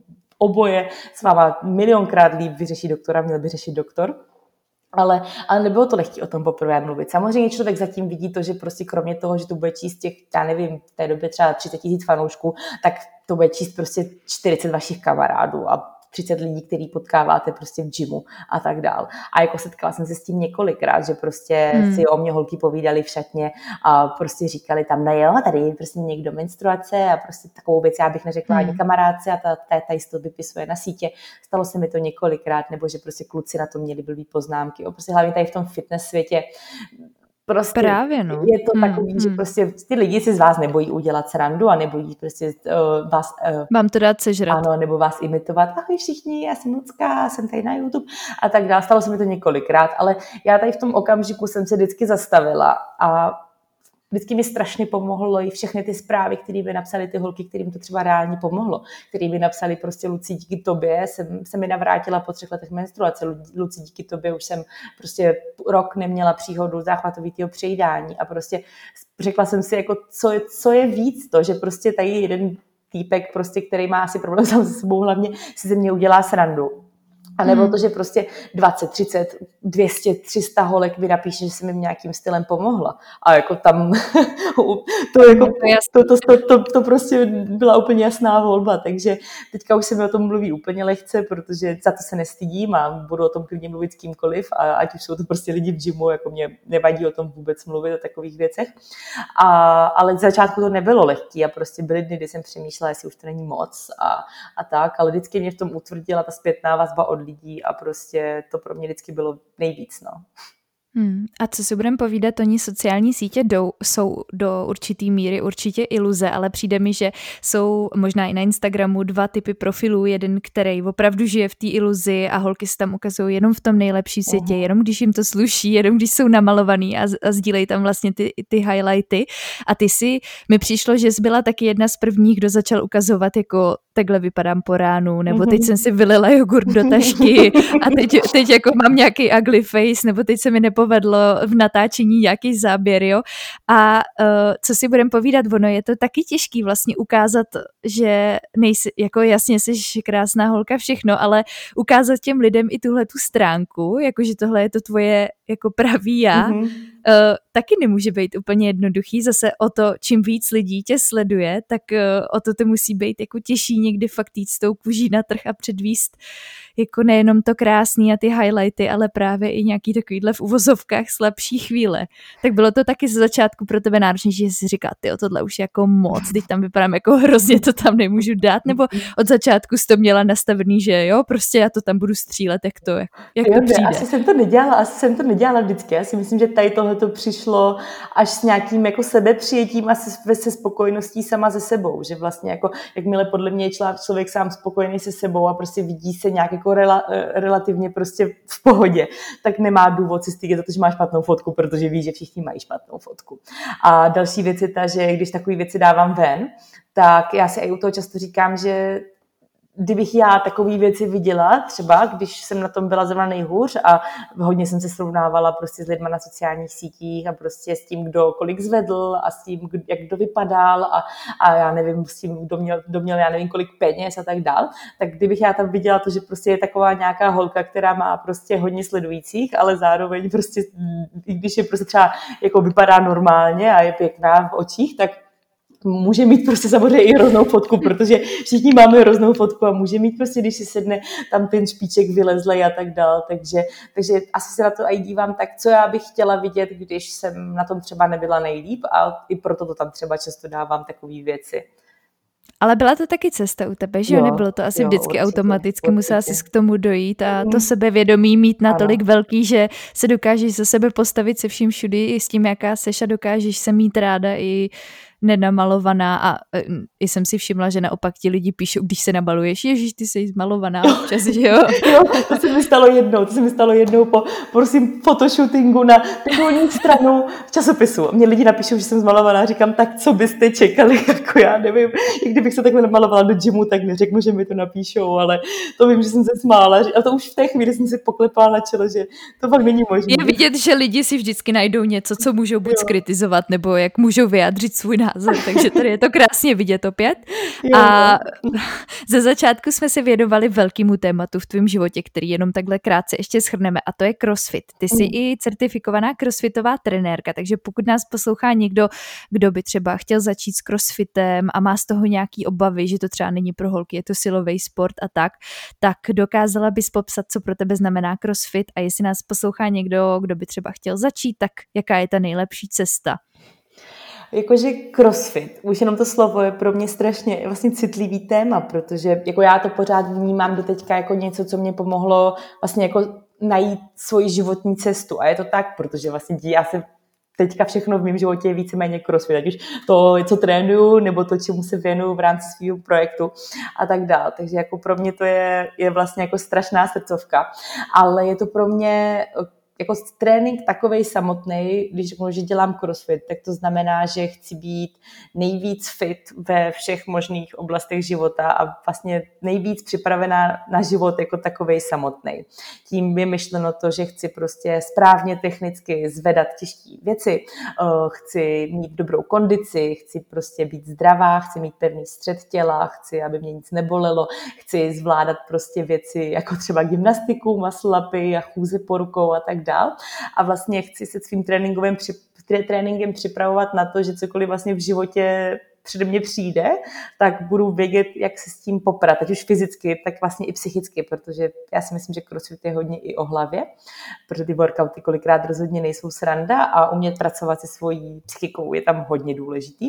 oboje s váma milionkrát líp vyřeší doktora, měl by řešit doktor. Ale nebylo to lehké o tom poprvé mluvit. Samozřejmě člověk zatím vidí to, že prostě kromě toho, že to bude číst těch, já nevím, v té době třeba 30 000 fanoušků, tak to bude číst prostě 40 vašich kamarádů a 30 lidí, který potkáváte prostě v gymu a tak dál. A jako setkala jsem se s tím několikrát, že prostě si o mě holky povídali v šatně a prostě říkali tam, no jo, tady je prostě někdo menstruace a prostě takovou věc já bych neřekla ani kamarádce a ta to vypisuje na sítě. Stalo se mi to několikrát, nebo že prostě kluci na to měli blbý poznámky. Prostě hlavně tady v tom fitness světě prostě právě, no. Je to takový, že prostě ty lidi si z vás nebojí udělat srandu a nebojí prostě vás... Mám to dát sežrat. Ano, nebo vás imitovat. Ahoj všichni, já jsem Lucka, jsem tady na YouTube a tak dále. Stalo se mi to několikrát, ale já tady v tom okamžiku jsem se vždycky zastavila a vždycky mi strašně pomohlo i všechny ty zprávy, které by napsali ty holky, kterým to třeba reálně pomohlo. Který by napsali prostě Luci, díky tobě se mi navrátila po 3 letech menstruace. Luci, díky tobě už jsem prostě rok neměla příhodu záchvatového přejídání a prostě řekla jsem si, jako, co je víc to, že prostě tady jeden týpek, prostě, který má asi problém sám se sebou, hlavně si ze mě udělá srandu. A nebo to, že prostě 20, 30, 200, 300 holek mi napíše, že se mi nějakým stylem pomohla. A jako tam to prostě byla úplně jasná volba. Takže teďka už se mi o tom mluví úplně lehce, protože za to se nestydím a budu o tom klidně mluvit s kýmkoliv. A ať už jsou to prostě lidi v gymu, jako mě nevadí o tom vůbec mluvit o takových věcech. Ale z začátku to nebylo lehký a prostě byly dny, kdy jsem přemýšlela, jestli už to není moc a tak. Ale vždycky mě v tom utvrdila ta zpětná vazba od lidí a prostě to pro mě vždycky bylo nejvíc, no. A co si budeme povídat, oni sociální sítě jsou do určitý míry určitě iluze, ale přijde mi, že jsou možná i na Instagramu 2 typy profilů, jeden, který opravdu žije v té iluzi a holky se tam ukazují jenom v tom nejlepším světě, jenom když jim to sluší, jenom když jsou namalovaný a sdílejí tam vlastně ty highlighty. A ty mi přišlo, že jsi byla taky jedna z prvních, kdo začal ukazovat jako takhle vypadám po ránu, nebo teď jsem si vylila jogurt do tašky a teď jako mám nějaký ugly face, nebo teď se mi nepovedlo v natáčení nějaký záběr, jo. A co si budeme povídat, ono je to taky těžký vlastně ukázat, že nejsi, jako jasně jsi krásná holka, všechno, ale ukázat těm lidem i tuhle tu stránku, jakože tohle je to tvoje jako pravý já, taky nemůže být úplně jednoduchý. Zase o to, čím víc lidí tě sleduje, tak o to musí být jako těžší někdy fakt jít s tou kůží na trh a předvíst jako nejenom to krásný a ty highlighty, ale právě i nějaký takovýhle v uvozovkách slabší chvíle. Tak bylo to taky ze začátku pro tebe náročné, že jsi říká, tyjo, tohle už jako moc, teď tam vypadám jako hrozně, to tam nemůžu dát, nebo od začátku jsi to měla nastavený, že jo, prostě já to tam budu střílet, jak to přijde. Asi jsem to nedělala nedělala vždycky. Já si myslím, že tady tohle to přišlo až s nějakým jako sebepřijetím a se spokojeností sama se sebou, že vlastně jako, jakmile podle mě je člověk sám spokojený se sebou a prostě vidí se nějak jako relativně prostě v pohodě, tak nemá důvod si stydět za to, že má špatnou fotku, protože ví, že všichni mají špatnou fotku. A další věc je ta, že když takové věci dávám ven, tak já si i u toho často říkám, že kdybych já takové věci viděla, třeba když jsem na tom byla zrovna nejhůř a hodně jsem se srovnávala prostě s lidma na sociálních sítích a prostě s tím, kdo kolik zvedl a s tím, jak kdo vypadal a já nevím, s tím, kdo měl já nevím kolik peněz a tak dál, tak kdybych já tam viděla to, že prostě je taková nějaká holka, která má prostě hodně sledujících, ale zároveň prostě, i když je prostě třeba jako vypadá normálně a je pěkná v očích, tak může mít prostě samozřejmě i hroznou fotku, protože všichni máme hroznou fotku a může mít prostě, když si sedne tam ten špiček vylezlej a tak dál, takže asi se na to i dívám tak, co já bych chtěla vidět, když jsem na tom třeba nebyla nejlíp a i proto to tam třeba často dávám takové věci. Ale byla to taky cesta u tebe, že jo? Nebylo to asi vždycky určitě, automaticky, musela jsi k tomu dojít a to sebevědomí mít natolik velký, že se dokážeš za sebe postavit se vším všudy i s tím, jaká seš a dokážeš se mít ráda i nenamalovaná a i jsem si všimla, že naopak ti lidi píšou, když se nabaluješ, ježiš, ty jsi zmalovaná občas, že jo? Jo, to se mi stalo jednou po prosím fotoshootingu na titulní stranu časopisu. Mě lidi napíšou, že jsem zmalovaná, říkám, tak co byste čekali, jako já nevím, i kdybych se takhle namalovala do gymu, tak neřeknu, že mi to napíšou, ale to vím, že jsem se smála a to už v té chvíli jsem si poklepala na čelo, že to fakt není možné. Je vidět, že lidi si vždycky najdou něco, co můžou buď skritizovat, nebo jak můžou vyjádřit svůj názor, takže tady je to krásně vidět opět. A ze začátku jsme se věnovali velkému tématu v tvém životě, který jenom takhle krátce ještě shrneme, a to je crossfit. Ty jsi i certifikovaná crossfitová trenérka, takže pokud nás poslouchá někdo, kdo by třeba chtěl začít s crossfitem a má z toho nějaký obavy, že to třeba není pro holky, je to silový sport a tak dokázala bys popsat, co pro tebe znamená crossfit, a jestli nás poslouchá někdo, kdo by třeba chtěl začít, tak jaká je ta nejlepší cesta? Jakože crossfit, už jenom to slovo je pro mě strašně vlastně citlivý téma, protože jako já to pořád vnímám doteďka jako něco, co mě pomohlo vlastně jako najít svoji životní cestu. A je to tak, protože vlastně já se teďka všechno v mém životě je víceméně crossfit, ať už to, co trénuju, nebo to, čemu se věnuju v rámci svého projektu a tak dále. Takže jako pro mě to je vlastně jako strašná srdcovka, ale je to pro mě jako trénink takovej samotný, když řeknu, že dělám crossfit, tak to znamená, že chci být nejvíc fit ve všech možných oblastech života a vlastně nejvíc připravená na život jako takovej samotný. Tím je myšleno to, že chci prostě správně technicky zvedat těžké věci, chci mít dobrou kondici, chci prostě být zdravá, chci mít pevný střed těla, chci, aby mě nic nebolelo, chci zvládat prostě věci jako třeba gymnastiku, muscle-upy a chůze po rukou a tak dál. A vlastně chci se svým tréninkem připravovat na to, že cokoliv vlastně v životě přede mě přijde, tak budu vědět, jak se s tím poprat, ať už fyzicky, tak vlastně i psychicky, protože já si myslím, že crossfit je hodně i o hlavě, protože ty workouty kolikrát rozhodně nejsou sranda a umět pracovat se svojí psychikou je tam hodně důležitý.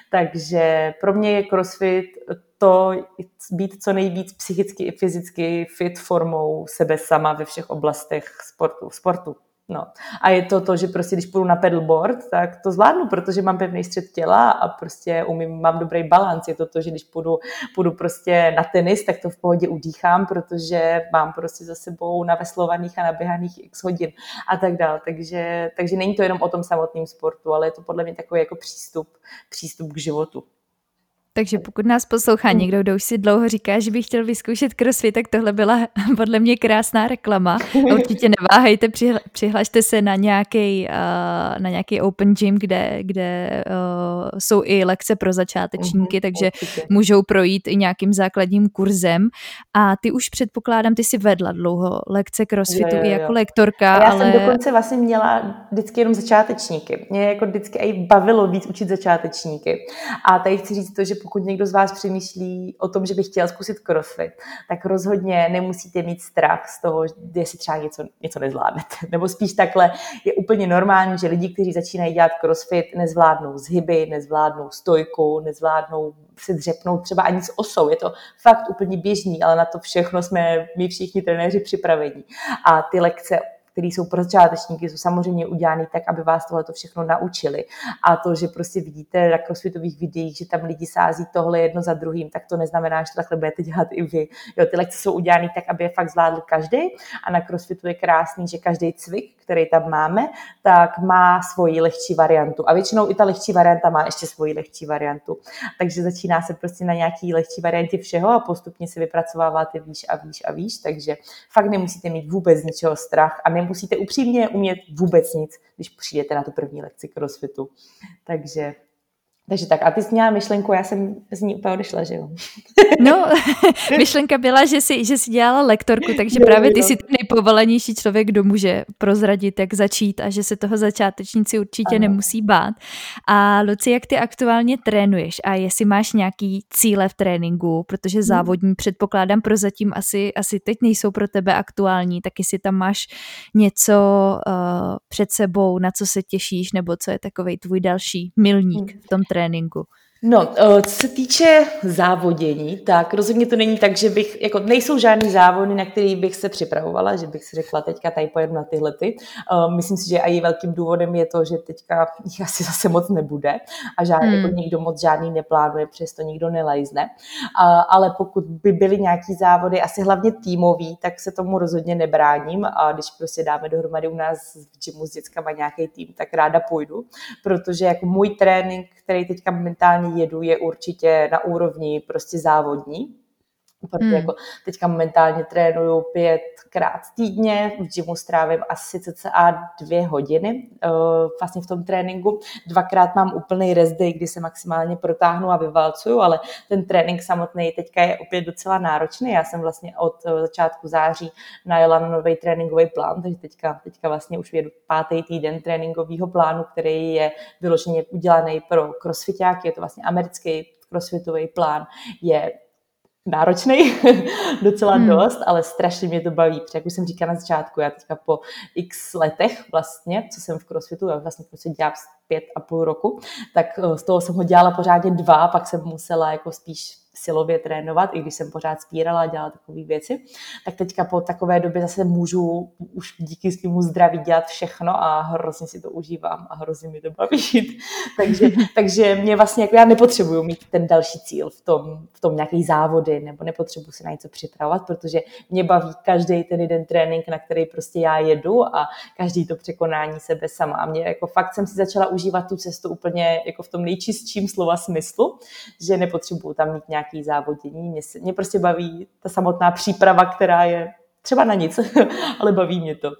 Takže pro mě je crossfit to být co nejvíc psychicky i fyzicky fit formou sebe sama ve všech oblastech sportu. No. A je to, že prostě když půjdu na pedalboard, tak to zvládnu, protože mám pevný střed těla a prostě mám dobrý balans. Je to, že když půjdu prostě na tenis, tak to v pohodě udýchám, protože mám prostě za sebou naveslovaných a naběhaných x hodin a tak dále. Takže není to jenom o tom samotném sportu, ale je to podle mě takový jako přístup k životu. Takže pokud nás poslouchá někdo, kdo už si dlouho říká, že by chtěl vyzkoušet crossfit, tak tohle byla podle mě krásná reklama. A určitě neváhejte, přihlašte se na nějaký open gym, kde jsou i lekce pro začátečníky, takže můžou projít i nějakým základním kurzem. A ty už předpokládám, ty jsi vedla dlouho lekce crossfitu i jako lektorka. A já jsem dokonce vlastně měla vždycky jenom začátečníky. Mě jako vždycky i bavilo víc učit začátečníky. A tady chci říct to, že pokud někdo z vás přemýšlí o tom, že by chtěl zkusit crossfit, tak rozhodně nemusíte mít strach z toho, jestli třeba něco nezvládnete. Nebo spíš takhle je úplně normální, že lidi, kteří začínají dělat crossfit, nezvládnou zhyby, nezvládnou stojku, nezvládnou se dřepnout třeba ani s osou. Je to fakt úplně běžný, ale na to všechno jsme my všichni trenéři připraveni. A ty lekce které jsou pro začátečníky, jsou samozřejmě udělány tak, aby vás tohleto všechno naučili. A to, že prostě vidíte na crossfitových videích, že tam lidi sází tohle jedno za druhým, tak to neznamená, že to takhle budete dělat i vy. Jo, ty lekce jsou udělány tak, aby je fakt zvládl každý. A na crossfitu je krásný, že každý cvik, který tam máme, tak má svoji lehčí variantu. A většinou i ta lehčí varianta má ještě svoji lehčí variantu. Takže začíná se prostě na nějaký lehčí variantě všeho a postupně se vypracováváte výš a výš a výš. Takže fakt nemusíte mít vůbec z ničeho strach a nemusíte upřímně umět vůbec nic, když přijdete na tu první lekci crossfitu. Takže tak. A ty jsi měla myšlenku, já jsem z ní úplně odešla, že jo? No, myšlenka byla, že jsi dělala lektorku, takže právě ty jsi ten nejpovolanější člověk, kdo může prozradit, jak začít a že se toho začátečníci určitě nemusí bát. A Luci, jak ty aktuálně trénuješ a jestli máš nějaký cíle v tréninku, protože závodní předpokládám prozatím asi teď nejsou pro tebe aktuální, tak jestli tam máš něco před sebou, na co se těšíš, nebo co je takovej tvůj další milník v tom tréninku. No, co se týče závodění, tak rozhodně to není tak, že nejsou žádný závody, na který bych se připravovala, že bych si řekla, teďka tady pojedu na tyhle ty. Myslím si, že i velkým důvodem je to, že teďka jich asi zase moc nebude a nikdo moc žádný neplánuje, přesto nikdo nelajzne. Ale pokud by byly nějaký závody, asi hlavně týmový, tak se tomu rozhodně nebráním a když prostě dáme dohromady u nás v gymu s dětskama nějaký tým, tak ráda půjdu, protože jako můj trénink, který teďka momentálně jedu, je určitě na úrovni prostě závodní. Protože jako teďka momentálně trénuju 5krát týdně, v gymu strávím asi cca 2 hodiny vlastně v tom tréninku. 2krát mám úplný rest day, kdy se maximálně protáhnu a vyvalcuju, ale ten trénink samotný teďka je opět docela náročný. Já jsem vlastně od začátku září najela na nový tréninkový plán, takže teďka vlastně už jedu 5. týden tréninkového plánu, který je vyloženě udělaný pro crossfitáky. Je to vlastně americký crossfitový plán, je náročný, docela dost, ale strašně mě to baví. Protože jak už jsem říkala na začátku, já teďka po x letech vlastně, co jsem v crossfitu, já vlastně crossfit dělám 5,5 roku, tak z toho jsem ho dělala pořádně 2, pak jsem musela jako spíš silově trénovat, i když jsem pořád spírala a dělala takové věci, tak teďka po takové době zase můžu už díky svému zdraví dělat všechno a hrozně si to užívám a hrozně mi to baví. takže mě vlastně, jako já nepotřebuju mít ten další cíl v tom nějaký závody, nebo nepotřebuji se na něco připravovat, protože mě baví každý ten jeden trénink, na který prostě já jedu a každý to překonání sebe sama. A mě jako fakt jsem si začala užívat tu cestu úplně jako v tom nejčistším slova smyslu, že nepotřebuju tam mít nějaký závodění. Mě prostě baví ta samotná příprava, která je třeba na nic, ale baví mě to.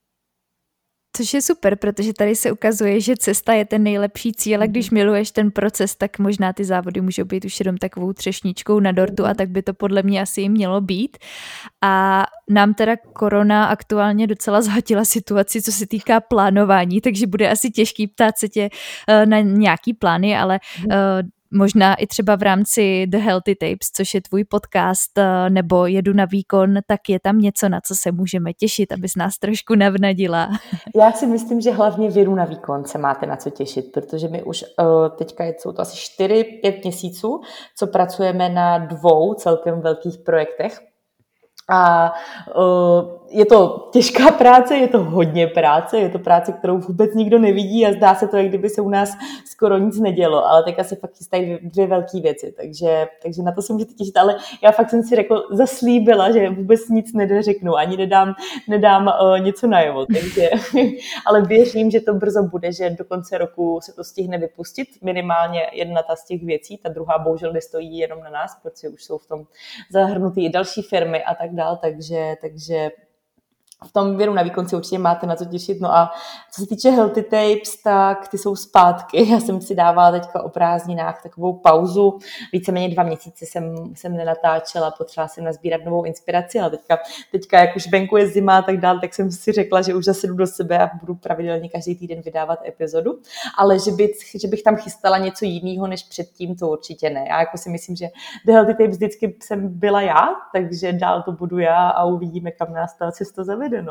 Což je super, protože tady se ukazuje, že cesta je ten nejlepší cíl a když miluješ ten proces, tak možná ty závody můžou být už jenom takovou třešničkou na dortu a tak by to podle mě asi i mělo být. A nám teda korona aktuálně docela zhatila situaci, co se týká plánování, takže bude asi těžký ptát se tě na nějaký plány, ale možná i třeba v rámci The Healthy Tapes, což je tvůj podcast, nebo Jedu na výkon, tak je tam něco, na co se můžeme těšit, abys nás trošku navnadila. Já si myslím, že hlavně v Jedu na výkon se máte na co těšit, protože my už teďka jsou to asi 4-5 měsíců, co pracujeme na 2 celkem velkých projektech. A je to těžká práce, je to hodně práce, je to práce, kterou vůbec nikdo nevidí a zdá se to, jak kdyby se u nás skoro nic nedělo, ale teďka se fakt chystají 2 velké věci, takže na to se můžete těšit, ale já fakt jsem si zaslíbila, že vůbec nic nedořeknu, ani nedám něco najevo, takže, ale věřím, že to brzo bude, že do konce roku se to stihne vypustit, minimálně jedna z těch věcí, ta druhá bohužel nestojí jenom na nás, protože už jsou v tom zahrnutý i další firmy a tak dál, takže v tom Věru na výkon si určitě máte na co těšit. No a co se týče Healthy Tapes, tak ty jsou zpátky. Já jsem si dávala teďka o prázdninách takovou pauzu. Víceméně 2 měsíce jsem nenatáčela, potřebovala jsem nazbírat novou inspiraci, ale teďka jak už venku je zima a tak dál, tak jsem si řekla, že už zase jdu do sebe a budu pravidelně každý týden vydávat epizodu. Ale že bych tam chystala něco jiného než předtím, to určitě ne. Já jako si myslím, že The Healthy Tapes vždycky jsem byla já, takže dál to budu já a uvidíme, kam nás ta cesta zavede. No.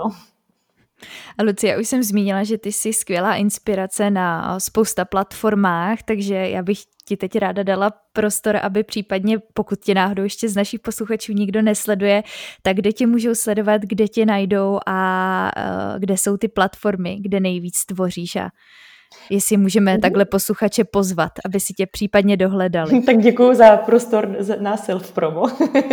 A Lucie, už jsem zmínila, že ty jsi skvělá inspirace na spousta platformách, takže já bych ti teď ráda dala prostor, aby případně, pokud tě náhodou ještě z našich posluchačů nikdo nesleduje, tak kde tě můžou sledovat, kde tě najdou a kde jsou ty platformy, kde nejvíc tvoříš a jestli můžeme takhle posluchače pozvat, aby si tě případně dohledali. Tak děkuju za prostor na self-promo.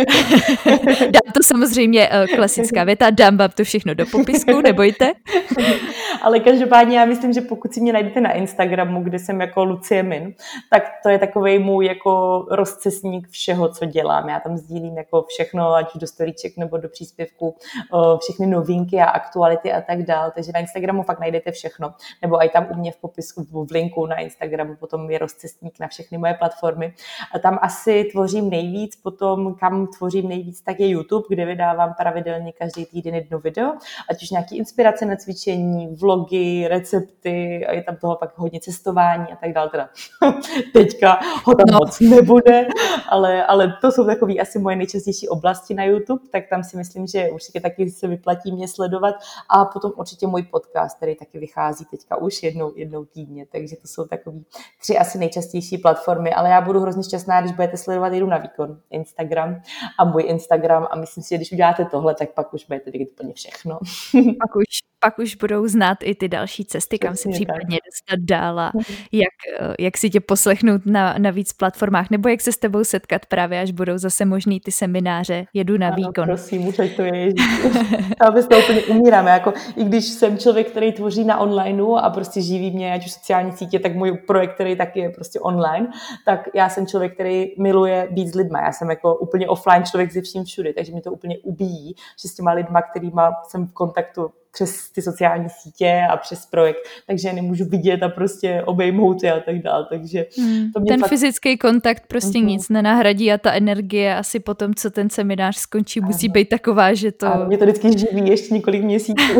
Dám to samozřejmě klasická věta, dám vám to všechno do popisku, nebojte. Ale každopádně já myslím, že pokud si mě najdete na Instagramu, kde jsem jako Lucie Min, tak to je takovej můj jako rozcestník všeho, co dělám. Já tam sdílím jako všechno, ať už do storíček nebo do příspěvku, všechny novinky a aktuality a tak dál. Takže na Instagramu fakt najdete všechno. Nebo i tam u mě v popisku, v linku na Instagramu, potom je rozcestník na všechny moje platformy. A tam asi tvořím nejvíc, potom kam tvořím nejvíc, tak je YouTube, kde vydávám pravidelně každý týden jedno video, ať už nějaký inspirace na cvičení, vlogy, recepty a je tam toho pak hodně cestování a tak dále. Teda teďka ho tam moc nebude, ale to jsou takové asi moje nejčastější oblasti na YouTube, tak tam si myslím, že určitě taky se vyplatí mě sledovat a potom určitě můj podcast, který taky vychází teďka už jednou týdně, takže to jsou takový 3 asi nejčastější platformy, ale já budu hrozně šťastná, když budete sledovat Jedu na výkon Instagram a můj Instagram a myslím si, že když uděláte tohle, tak pak už budete vidět úplně všechno. Pak už budou znát i ty další cesty, kam se případně dostat dál a jak si tě poslechnout na víc platformách, nebo jak se s tebou setkat právě, až budou zase možný ty semináře Jedu na výkon. Ano, prosím, už ať to je, já bez toho úplně umírám. Jako, i když jsem člověk, který tvoří na onlineu a prostě živí mě, ať už sociální sítě, tak můj projekt, který taky je prostě online, tak já jsem člověk, který miluje být s lidma. Já jsem jako úplně offline člověk ze vším všude, takže mě to úplně ubíjí, že s těma lidma, kterýma jsem v kontaktu přes ty sociální sítě a přes projekt, takže nemůžu vidět a prostě obejmout je a tak dále. Takže to mě ten fakt... fyzický kontakt prostě nic nenahradí a ta energie asi potom, co ten seminář skončí, musí být taková, že to... A mě to vždycky živí ještě několik měsíců.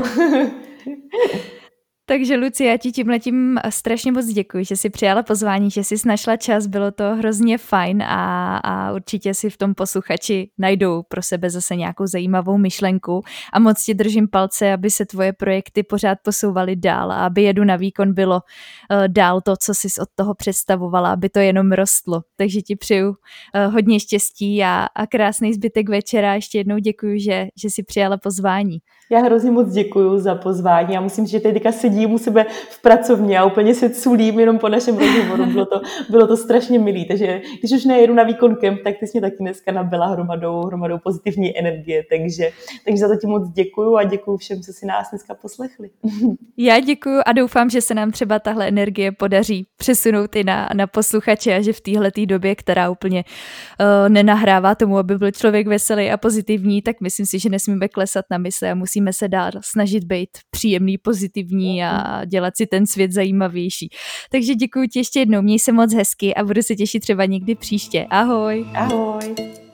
Takže Lucie, já ti tímhletím strašně moc děkuji, že jsi přijala pozvání, že jsi našla čas, bylo to hrozně fajn a určitě si v tom posluchači najdou pro sebe zase nějakou zajímavou myšlenku a moc ti držím palce, aby se tvoje projekty pořád posouvaly dál a aby Jedu na výkon bylo dál to, co jsi od toho představovala, aby to jenom rostlo. Takže ti přeju hodně štěstí a krásný zbytek večera. Ještě jednou děkuji, že jsi přijala pozvání. Já hrozně moc děkuju za pozvání. Já musím, že teďka sedím u sebe v pracovně a úplně se culím jenom po našem rozhovoru. Bylo to strašně milý. Takže když už nejedu na výkon kemp, tak ty jsi mě taky dneska nabila hromadou pozitivní energie. Takže za to ti moc děkuju a děkuju všem, co si nás dneska poslechli. Já děkuju a doufám, že se nám třeba tahle energie podaří přesunout i na posluchače a že v téhletý době, která úplně nenahrává tomu, aby byl člověk veselý a pozitivní, tak myslím si, že nesmíme klesat na mysli a musíme se dál snažit být příjemný, pozitivní a dělat si ten svět zajímavější. Takže děkuji ti ještě jednou, měj se moc hezky a budu se těšit třeba někdy příště. Ahoj. Ahoj.